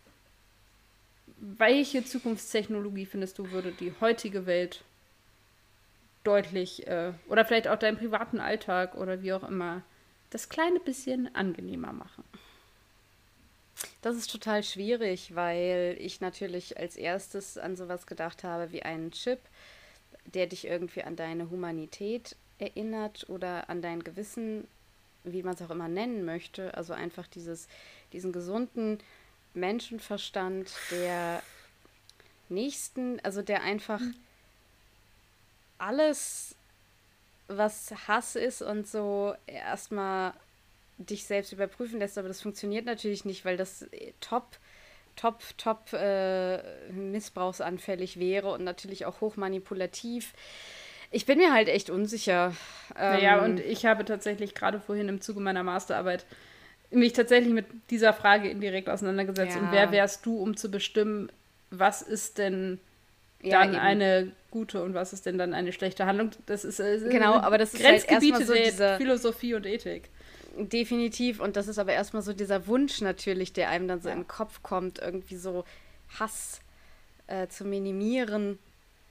welche Zukunftstechnologie findest du, würde die heutige Welt deutlich, oder vielleicht auch deinen privaten Alltag oder wie auch immer, das kleine bisschen angenehmer machen? Das ist total schwierig, weil ich natürlich als erstes an sowas gedacht habe wie einen Chip, der dich irgendwie an deine Humanität erinnert oder an dein Gewissen, wie man es auch immer nennen möchte. Also einfach diesen gesunden Menschenverstand der Nächsten, also der einfach alles, was Hass ist und so, erstmal dich selbst überprüfen lässt, aber das funktioniert natürlich nicht, weil das top missbrauchsanfällig wäre und natürlich auch hochmanipulativ. Ich bin mir halt echt unsicher. Naja, und ich habe tatsächlich gerade vorhin im Zuge meiner Masterarbeit mich tatsächlich mit dieser Frage indirekt auseinandergesetzt. Und wer Ja, wärst du, um zu bestimmen, was ist denn ja, dann eben. eine gute und was ist denn dann eine schlechte Handlung? Das ist Genau, aber das ist halt erstmal Grenzgebiete so der dieser, Philosophie und Ethik. definitiv, und das ist aber erstmal so dieser Wunsch natürlich, der einem dann so in Ja. den Kopf kommt, irgendwie so Hass zu minimieren.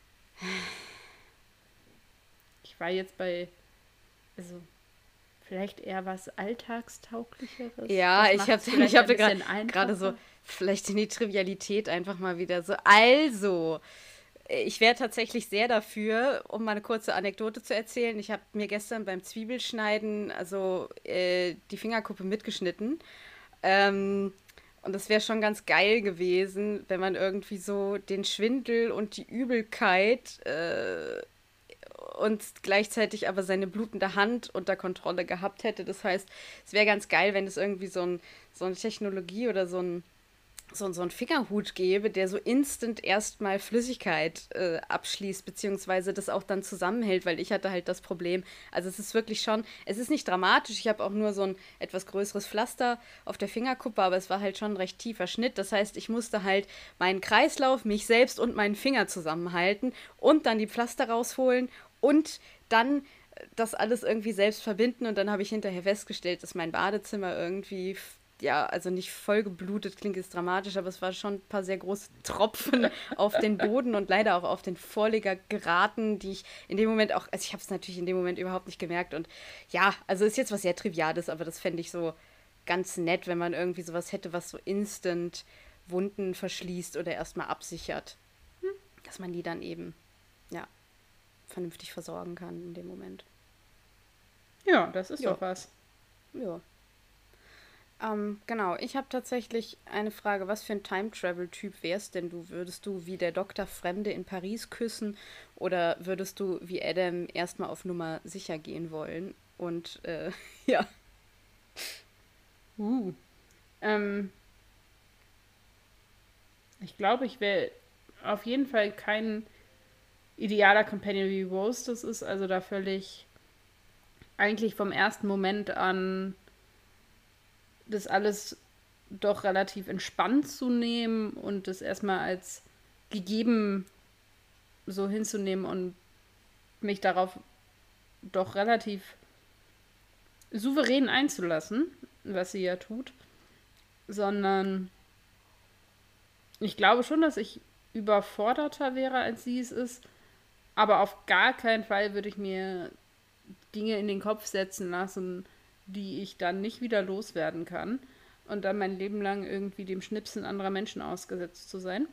Ich war jetzt bei, also vielleicht eher was Alltagstauglicheres. Ja, Das ich macht hab, es vielleicht ich ein hatte bisschen gerade so einfacher. vielleicht in die Trivialität einfach mal wieder so. Also, ich wäre tatsächlich sehr dafür, um mal eine kurze Anekdote zu erzählen. Ich habe mir gestern beim Zwiebelschneiden also die Fingerkuppe mitgeschnitten. Ähm, und das wäre schon ganz geil gewesen, wenn man irgendwie so den Schwindel und die Übelkeit und gleichzeitig aber seine blutende Hand unter Kontrolle gehabt hätte. Das heißt, es wäre ganz geil, wenn es irgendwie so eine Technologie oder so ein Fingerhut gäbe, der so instant erstmal Flüssigkeit abschließt, beziehungsweise das auch dann zusammenhält, weil ich hatte halt das Problem. Also es ist wirklich schon, es ist nicht dramatisch, ich habe auch nur so ein etwas größeres Pflaster auf der Fingerkuppe, aber es war halt schon ein recht tiefer Schnitt. Das heißt, ich musste halt meinen Kreislauf, mich selbst und meinen Finger zusammenhalten und dann die Pflaster rausholen und dann das alles irgendwie selbst verbinden, und dann habe ich hinterher festgestellt, dass mein Badezimmer irgendwie, ja, also nicht voll geblutet, klingt jetzt dramatisch, aber es war schon ein paar sehr große Tropfen auf den Boden und leider auch auf den Vorleger geraten, die ich in dem Moment auch, also ich habe es natürlich in dem Moment überhaupt nicht gemerkt, und ja, also ist jetzt was sehr Triviales, aber das fände ich so ganz nett, wenn man irgendwie sowas hätte, was so instant Wunden verschließt oder erstmal absichert, dass man die dann eben, ja, vernünftig versorgen kann in dem Moment. Ja, das ist Ja, doch was. ja. Genau, ich habe tatsächlich eine Frage. Was für ein Time-Travel-Typ wärst denn du? Würdest du wie der Doktor Fremde in Paris küssen oder würdest du wie Adam erstmal auf Nummer sicher gehen wollen? Und ja. Uh. Ähm, Ich glaube, ich wäre auf jeden Fall kein idealer Companion wie Rose das ist. Also da völlig eigentlich vom ersten Moment an das alles doch relativ entspannt zu nehmen und das erstmal als gegeben so hinzunehmen und mich darauf doch relativ souverän einzulassen, was sie ja tut, sondern ich glaube schon, dass ich überforderter wäre, als sie es ist, aber auf gar keinen Fall würde ich mir Dinge in den Kopf setzen lassen, die ich dann nicht wieder loswerden kann und dann mein Leben lang irgendwie dem Schnipsen anderer Menschen ausgesetzt zu sein.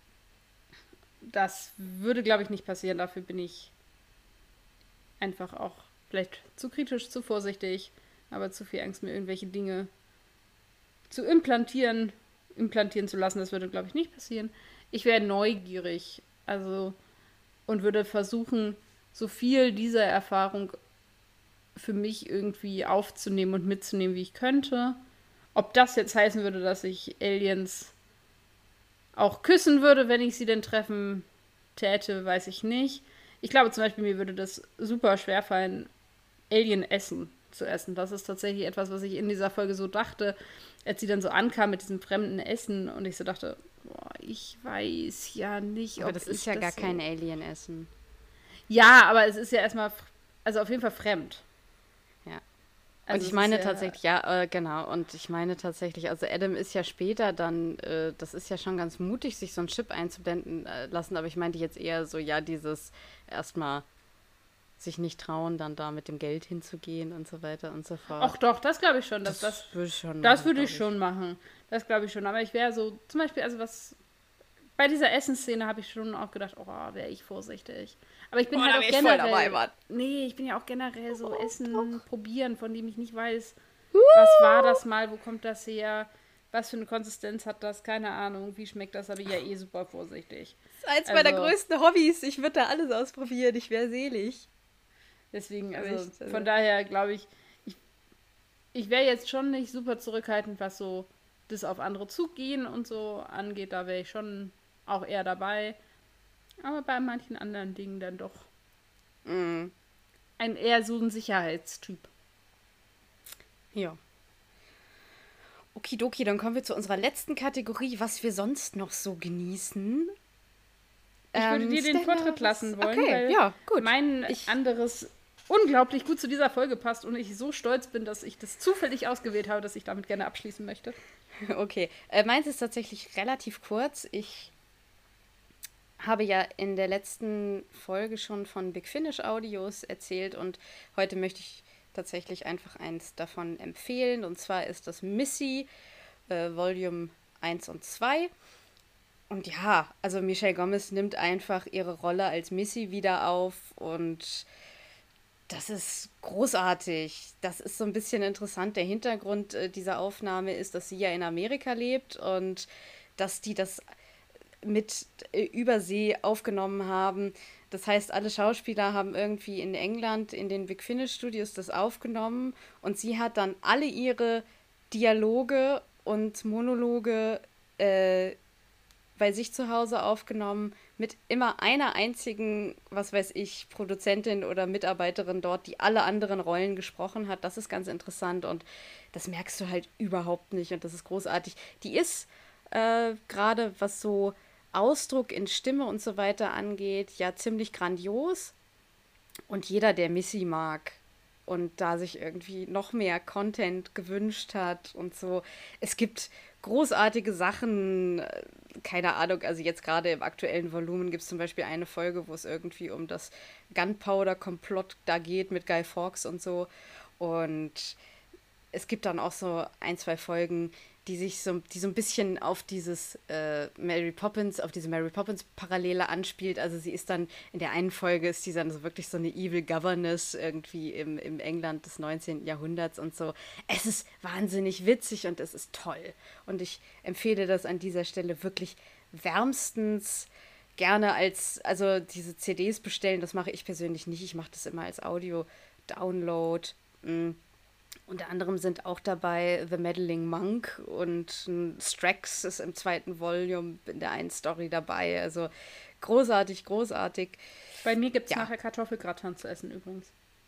Das würde, glaube ich, nicht passieren. Dafür bin ich einfach auch vielleicht zu kritisch, zu vorsichtig, aber zu viel Angst, mir irgendwelche Dinge zu implantieren zu lassen. Das würde, glaube ich, nicht passieren. Ich wäre neugierig, also und würde versuchen, so viel dieser Erfahrung für mich irgendwie aufzunehmen und mitzunehmen, wie ich könnte. Ob das jetzt heißen würde, dass ich Aliens auch küssen würde, wenn ich sie denn treffen täte, weiß ich nicht. Ich glaube zum Beispiel, mir würde das super schwer fallen, Alien-Essen zu essen. Das ist tatsächlich etwas, was ich in dieser Folge so dachte, als sie dann so ankam mit diesem fremden Essen und ich so dachte, boah, ich weiß ja nicht, Aber ob das ich ist ja das gar so... kein Alien-Essen. Ja, aber es ist ja erstmal, also auf jeden Fall fremd. Ja. Und Also ich es meine ist ja, tatsächlich, ja, genau. Und ich meine tatsächlich, also Adam ist ja später dann, das ist ja schon ganz mutig, sich so einen Chip einzublenden lassen. Aber ich meinte jetzt eher so, ja, dieses erstmal sich nicht trauen, dann da mit dem Geld hinzugehen und so weiter und so ach fort. doch, das glaube ich schon, Das würde ich schon das machen, würde ich glaube ich. schon machen. Das glaube ich schon. Aber ich wäre so, zum Beispiel, also was, bei dieser Essensszene habe ich schon auch gedacht, oh, wäre ich vorsichtig. Aber ich Oh, bin da halt wäre auch ich voll dabei, generell, Mann. nee, ich bin ja auch generell so Oh, Essen doch. probieren, von dem ich nicht weiß, was war das mal, wo kommt das her, was für eine Konsistenz hat das, keine Ahnung, wie schmeckt das, aber ja eh super vorsichtig. Das ist eins meiner Also, größten Hobbys. Ich würde da alles ausprobieren. Ich wäre selig. deswegen, Aber also echt, also. von daher glaube ich wäre jetzt schon nicht super zurückhaltend, was so das auf andere zugehen und so angeht. Da wäre ich schon auch eher dabei. Aber bei manchen anderen Dingen dann doch Mm, eher so ein Sicherheitstyp. ja. Okidoki, dann kommen wir zu unserer letzten Kategorie, was wir sonst noch so genießen. Ich würde dir den Stella, Vortritt lassen wollen, okay, weil ja, gut. mein Ich, anderes unglaublich gut zu dieser Folge passt und ich so stolz bin, dass ich das zufällig ausgewählt habe, dass ich damit gerne abschließen möchte. okay. Meins ist tatsächlich relativ kurz. Ich habe ja in der letzten Folge schon von Big Finish Audios erzählt und heute möchte ich tatsächlich einfach eins davon empfehlen. Und zwar ist das Missy, Volume 1 und 2. Und ja, also Michelle Gomez nimmt einfach ihre Rolle als Missy wieder auf und das ist großartig. Das ist so ein bisschen interessant. Der Hintergrund dieser Aufnahme ist, dass sie ja in Amerika lebt und dass die das mit Übersee aufgenommen haben. Das heißt, alle Schauspieler haben irgendwie in England in den Big Finish Studios das aufgenommen und sie hat dann alle ihre Dialoge und Monologe äh, bei sich zu Hause aufgenommen, mit immer einer einzigen, was weiß ich, Produzentin oder Mitarbeiterin dort, die alle anderen Rollen gesprochen hat. Das ist ganz interessant und das merkst du halt überhaupt nicht und das ist großartig. Die ist gerade, was so Ausdruck in Stimme und so weiter angeht, ja ziemlich grandios. Und jeder, der Missy mag und da sich irgendwie noch mehr Content gewünscht hat und so. Es gibt großartige Sachen, keine Ahnung, also jetzt gerade im aktuellen Volumen gibt es zum Beispiel eine Folge, wo es irgendwie um das Gunpowder-Komplott da geht mit Guy Fawkes und so. Und es gibt dann auch so ein, zwei Folgen, die so ein bisschen auf auf diese Mary Poppins Parallele anspielt. Also sie ist dann, in der einen Folge ist sie dann so wirklich so eine Evil Governess irgendwie im England des 19. Jahrhunderts und so. Es ist wahnsinnig witzig und es ist toll. Und ich empfehle das an dieser Stelle wirklich wärmstens gerne also diese CDs bestellen, das mache ich persönlich nicht. Ich mache das immer als Audio-Download. Unter anderem sind auch dabei The Meddling Monk und Strax ist im zweiten Volume in der einen Story dabei. Also großartig, großartig. Bei mir gibt es Ja, nachher Kartoffelgratin zu essen übrigens.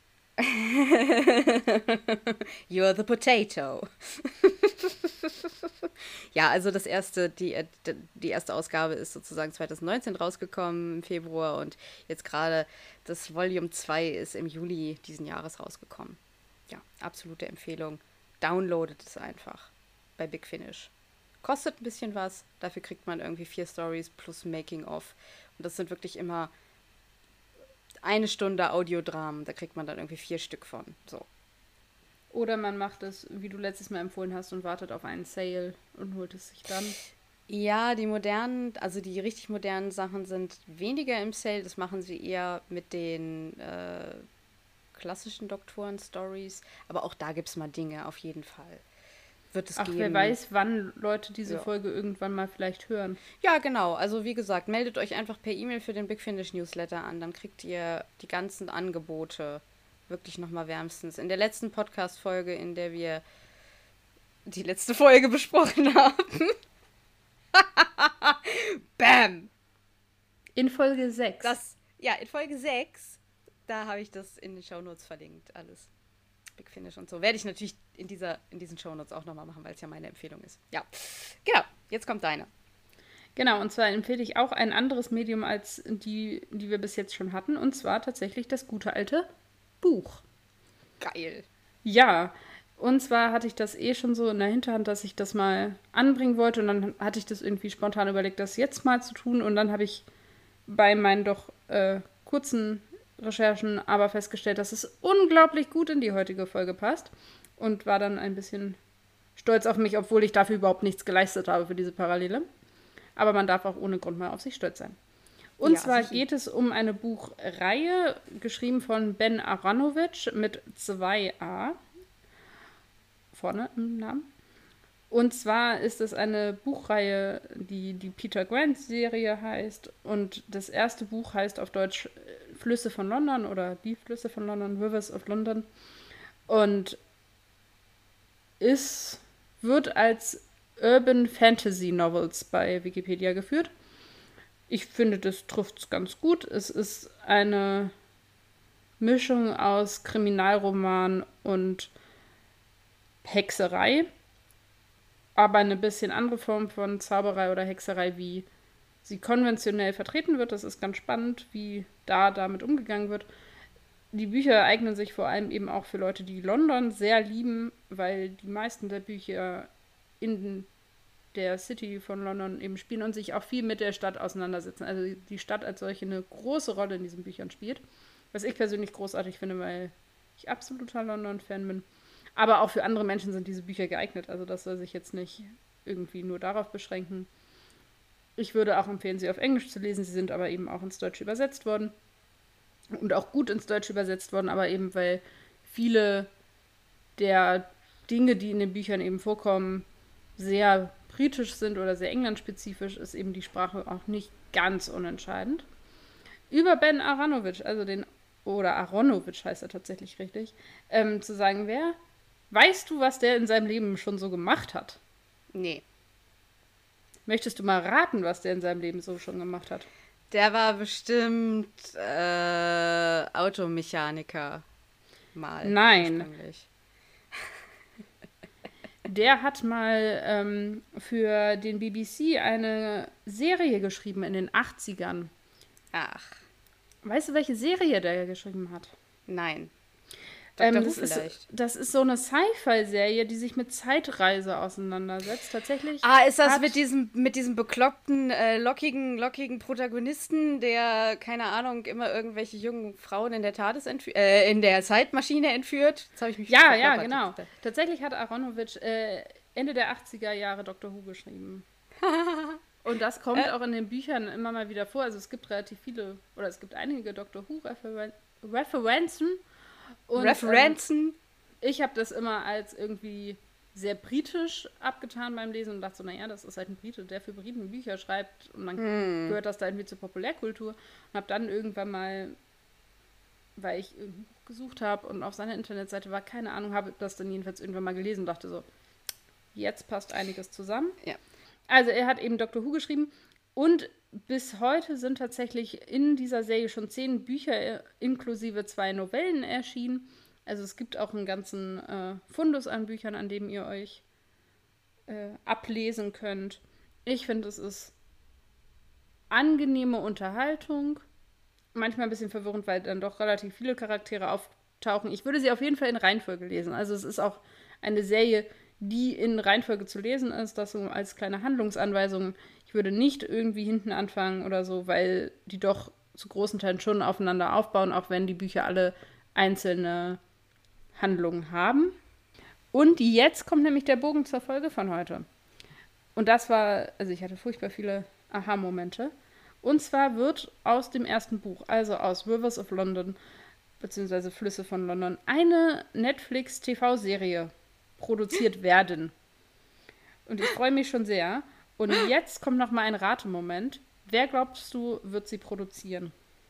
you're the potato. Ja, also die erste Ausgabe ist sozusagen 2019 rausgekommen im Februar und jetzt gerade das Volume 2 ist im Juli diesen Jahres rausgekommen. Ja, absolute Empfehlung. Downloadet es einfach bei Big Finish. Kostet ein bisschen was, dafür kriegt man irgendwie 4 Stories plus Making-of. Und das sind wirklich immer eine Stunde Audiodramen, da kriegt man dann irgendwie 4 Stück von. So. Oder man macht es, wie du letztes Mal empfohlen hast, und wartet auf einen Sale und holt es sich dann. Ja, die modernen, also die richtig modernen Sachen sind weniger im Sale. Das machen sie eher mit den klassischen Doktoren-Stories. Aber auch da gibt es mal Dinge, auf jeden Fall. Wird es Ach, wer geben. weiß, wann Leute diese Ja. Folge irgendwann mal vielleicht hören. Ja, genau. Also wie gesagt, meldet euch einfach per E-Mail für den Big Finish Newsletter an. Dann kriegt ihr die ganzen Angebote wirklich nochmal wärmstens. In der letzten Podcast-Folge, in der wir die letzte Folge besprochen haben, Bam! In Folge 6. In Folge 6, da habe ich das in den Shownotes verlinkt, alles. Big Finish und so. Werde ich natürlich in diesen Shownotes auch nochmal machen, weil es ja meine Empfehlung ist. Ja, genau. Jetzt kommt deine. Genau, und zwar empfehle ich auch ein anderes Medium als die wir bis jetzt schon hatten. Und zwar tatsächlich das gute alte Buch. Geil. Ja, und zwar hatte ich das schon so in der Hinterhand, dass ich das mal anbringen wollte. Und dann hatte ich das irgendwie spontan überlegt, das jetzt mal zu tun. Und dann habe ich bei meinen doch kurzen Recherchen aber festgestellt, dass es unglaublich gut in die heutige Folge passt. Und war dann ein bisschen stolz auf mich, obwohl ich dafür überhaupt nichts geleistet habe für diese Parallele. Aber man darf auch ohne Grund mal auf sich stolz sein. Und zwar geht es um eine Buchreihe, geschrieben von Ben Aaronovitch mit 2a vorne im Namen. Und zwar ist es eine Buchreihe, die Peter Grant-Serie heißt. Und das erste Buch heißt auf Deutsch Flüsse von London oder Die Flüsse von London, Rivers of London. Und wird als Urban Fantasy Novels bei Wikipedia geführt. Ich finde, das trifft es ganz gut. Es ist eine Mischung aus Kriminalroman und Hexerei, aber eine bisschen andere Form von Zauberei oder Hexerei, wie sie konventionell vertreten wird. Das ist ganz spannend, wie damit umgegangen wird. Die Bücher eignen sich vor allem eben auch für Leute, die London sehr lieben, weil die meisten der Bücher in der City von London eben spielen und sich auch viel mit der Stadt auseinandersetzen. Also die Stadt als solche eine große Rolle in diesen Büchern spielt. Was ich persönlich großartig finde, weil ich absoluter London-Fan bin. Aber auch für andere Menschen sind diese Bücher geeignet. Also das soll sich jetzt nicht irgendwie nur darauf beschränken. Ich würde auch empfehlen, sie auf Englisch zu lesen. Sie sind aber eben auch ins Deutsche übersetzt worden. Und auch gut ins Deutsche übersetzt worden, aber eben weil viele der Dinge, die in den Büchern eben vorkommen, sehr britisch sind oder sehr englandspezifisch, ist eben die Sprache auch nicht ganz unentscheidend. Über Ben Aaronovitch, oder Aaronovitch heißt er tatsächlich richtig, zu sagen, weißt du, was der in seinem Leben schon so gemacht hat? Nee. Möchtest du mal raten, was der in seinem Leben so schon gemacht hat? Der war bestimmt Automechaniker mal. Nein. Der hat mal für den BBC eine Serie geschrieben in den 80ern. Ach. Weißt du, welche Serie der geschrieben hat? Nein. Dr. Who vielleicht. Das ist so eine Sci-Fi-Serie, die sich mit Zeitreise auseinandersetzt. Tatsächlich. Ist das mit diesem bekloppten, lockigen Protagonisten, der, keine Ahnung, immer irgendwelche jungen Frauen in der in der Zeitmaschine entführt? Jetzt habe ich mich Ja, genau. Tatsächlich hat Aaronovitch Ende der 80er Jahre Dr. Who geschrieben. Und das kommt auch in den Büchern immer mal wieder vor. Also es gibt relativ viele, oder es gibt einige Dr. Who-Referenzen. Und ich habe das immer als irgendwie sehr britisch abgetan beim Lesen und dachte so, naja, das ist halt ein Brite, der für Briten Bücher schreibt und dann gehört das da irgendwie zur Populärkultur. Und habe dann irgendwann mal, weil ich ein Buch gesucht habe und auf seiner Internetseite war, keine Ahnung, habe das dann jedenfalls irgendwann mal gelesen und dachte so, jetzt passt einiges zusammen. Ja. Also er hat eben Dr. Who geschrieben und bis heute sind tatsächlich in dieser Serie schon 10 Bücher inklusive 2 Novellen erschienen. Also es gibt auch einen ganzen Fundus an Büchern, an dem ihr euch ablesen könnt. Ich finde, es ist angenehme Unterhaltung. Manchmal ein bisschen verwirrend, weil dann doch relativ viele Charaktere auftauchen. Ich würde sie auf jeden Fall in Reihenfolge lesen. Also es ist auch eine Serie, die in Reihenfolge zu lesen ist, das so als kleine Handlungsanweisung. Ich würde nicht irgendwie hinten anfangen oder so, weil die doch zu großen Teilen schon aufeinander aufbauen, auch wenn die Bücher alle einzelne Handlungen haben. Und jetzt kommt nämlich der Bogen zur Folge von heute. Und das war, also ich hatte furchtbar viele Aha-Momente. Und zwar wird aus dem ersten Buch, also aus Rivers of London, beziehungsweise Flüsse von London, eine Netflix-TV-Serie produziert werden. Und ich freue mich schon sehr. Und jetzt kommt noch mal ein Ratemoment. Wer glaubst du, wird sie produzieren?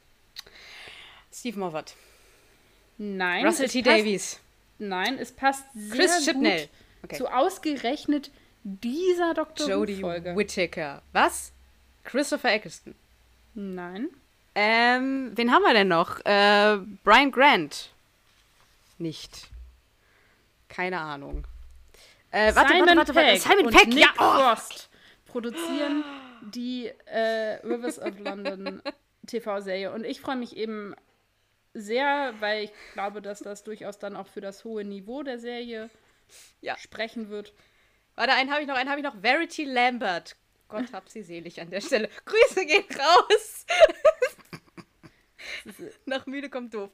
Steve Moffat. Nein. Russell T. Davies. Nein, es passt sehr Chris Chibnall. Zu ausgerechnet dieser Dr. Who-Folge. Jodie Whittaker. Was? Christopher Eccleston. Nein. Wen haben wir denn noch? Brian Grant. Nicht. Keine Ahnung. Simon Pegg Simon und Pegg, Nick ja. Frost produzieren die Rivers of London TV-Serie. Und ich freue mich eben sehr, weil ich glaube, dass das durchaus dann auch für das hohe Niveau der Serie sprechen wird. Warte, einen habe ich noch. Verity Lambert. Gott hab sie selig an der Stelle. Grüße gehen raus. Nach müde kommt doof.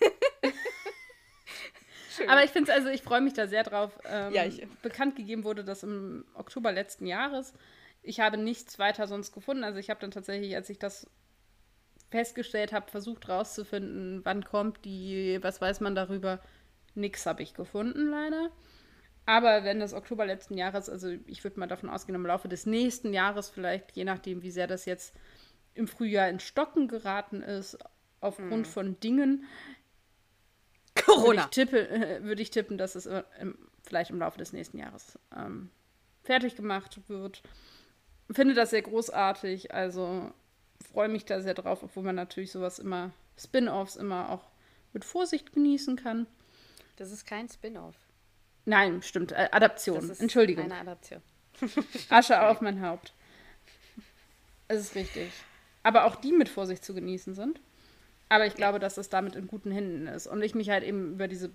Aber ich finde es, also ich freue mich da sehr drauf. Ich. Bekannt gegeben wurde das im Oktober letzten Jahres. Ich habe nichts weiter sonst gefunden. Also ich habe dann tatsächlich, als ich das festgestellt habe, versucht rauszufinden, wann kommt die, was weiß man darüber. Nix habe ich gefunden, leider. Aber wenn das Oktober letzten Jahres, also ich würde mal davon ausgehen, im Laufe des nächsten Jahres vielleicht, je nachdem, wie sehr das jetzt im Frühjahr in Stocken geraten ist, aufgrund von Dingen, Corona. würde ich tippen, dass es vielleicht im Laufe des nächsten Jahres fertig gemacht wird. Finde das sehr großartig, also freue mich da sehr drauf, obwohl man natürlich sowas immer, Spin-Offs immer auch mit Vorsicht genießen kann. Das ist kein Spin-Off. Nein, stimmt, Adaption. Das ist Entschuldigung. eine Adaption. Asche auf mein Haupt. Es ist richtig. Aber auch die mit Vorsicht zu genießen sind. Aber ich glaube, dass es damit in guten Händen ist. Und ich mich halt eben über diesen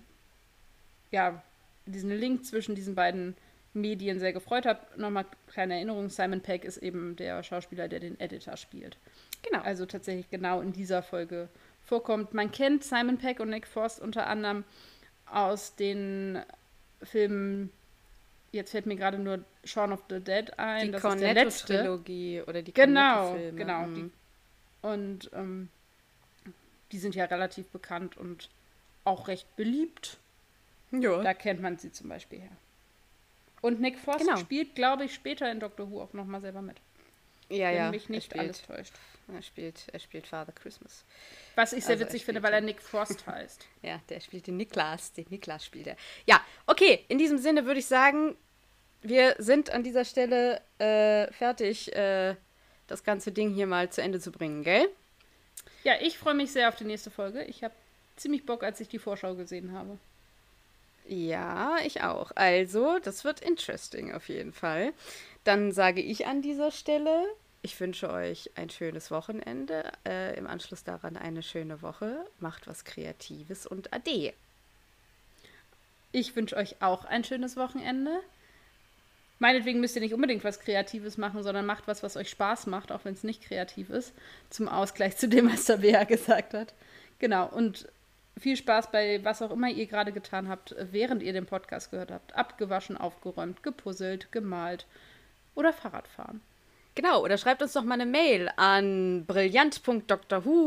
Link zwischen diesen beiden Medien sehr gefreut habe. Nochmal kleine Erinnerung, Simon Pegg ist eben der Schauspieler, der den Editor spielt. Genau. Also tatsächlich genau in dieser Folge vorkommt. Man kennt Simon Pegg und Nick Frost unter anderem aus den Filmen, jetzt fällt mir gerade nur Shaun of the Dead ein. Die das ist der letzte. Trilogie oder die Cornetto-Filme. Genau. Und die sind ja relativ bekannt und auch recht beliebt. Ja. Da kennt man sie zum Beispiel her. Und Nick Frost spielt, glaube ich, später in Doctor Who auch nochmal selber mit. Wenn mich nicht alles täuscht. Er spielt Father Christmas. Was ich sehr witzig finde, weil er Nick Frost heißt. Ja, der spielt den Niklas. Den Niklas spielt er. Ja, okay. In diesem Sinne würde ich sagen, wir sind an dieser Stelle fertig, das ganze Ding hier mal zu Ende zu bringen, gell? Ja, ich freue mich sehr auf die nächste Folge. Ich habe ziemlich Bock, als ich die Vorschau gesehen habe. Ja, ich auch. Also, das wird interesting auf jeden Fall. Dann sage ich an dieser Stelle, ich wünsche euch ein schönes Wochenende, im Anschluss daran eine schöne Woche. Macht was Kreatives und Ade. Ich wünsche euch auch ein schönes Wochenende. Meinetwegen müsst ihr nicht unbedingt was Kreatives machen, sondern macht was euch Spaß macht, auch wenn es nicht kreativ ist. Zum Ausgleich zu dem, was der Bea gesagt hat. Genau, und viel Spaß bei was auch immer ihr gerade getan habt, während ihr den Podcast gehört habt. Abgewaschen, aufgeräumt, gepuzzelt, gemalt oder Fahrradfahren. Genau, oder schreibt uns doch mal eine Mail an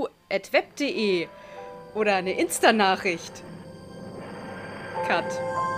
brillant.drwho@web.de oder eine Insta-Nachricht. Cut.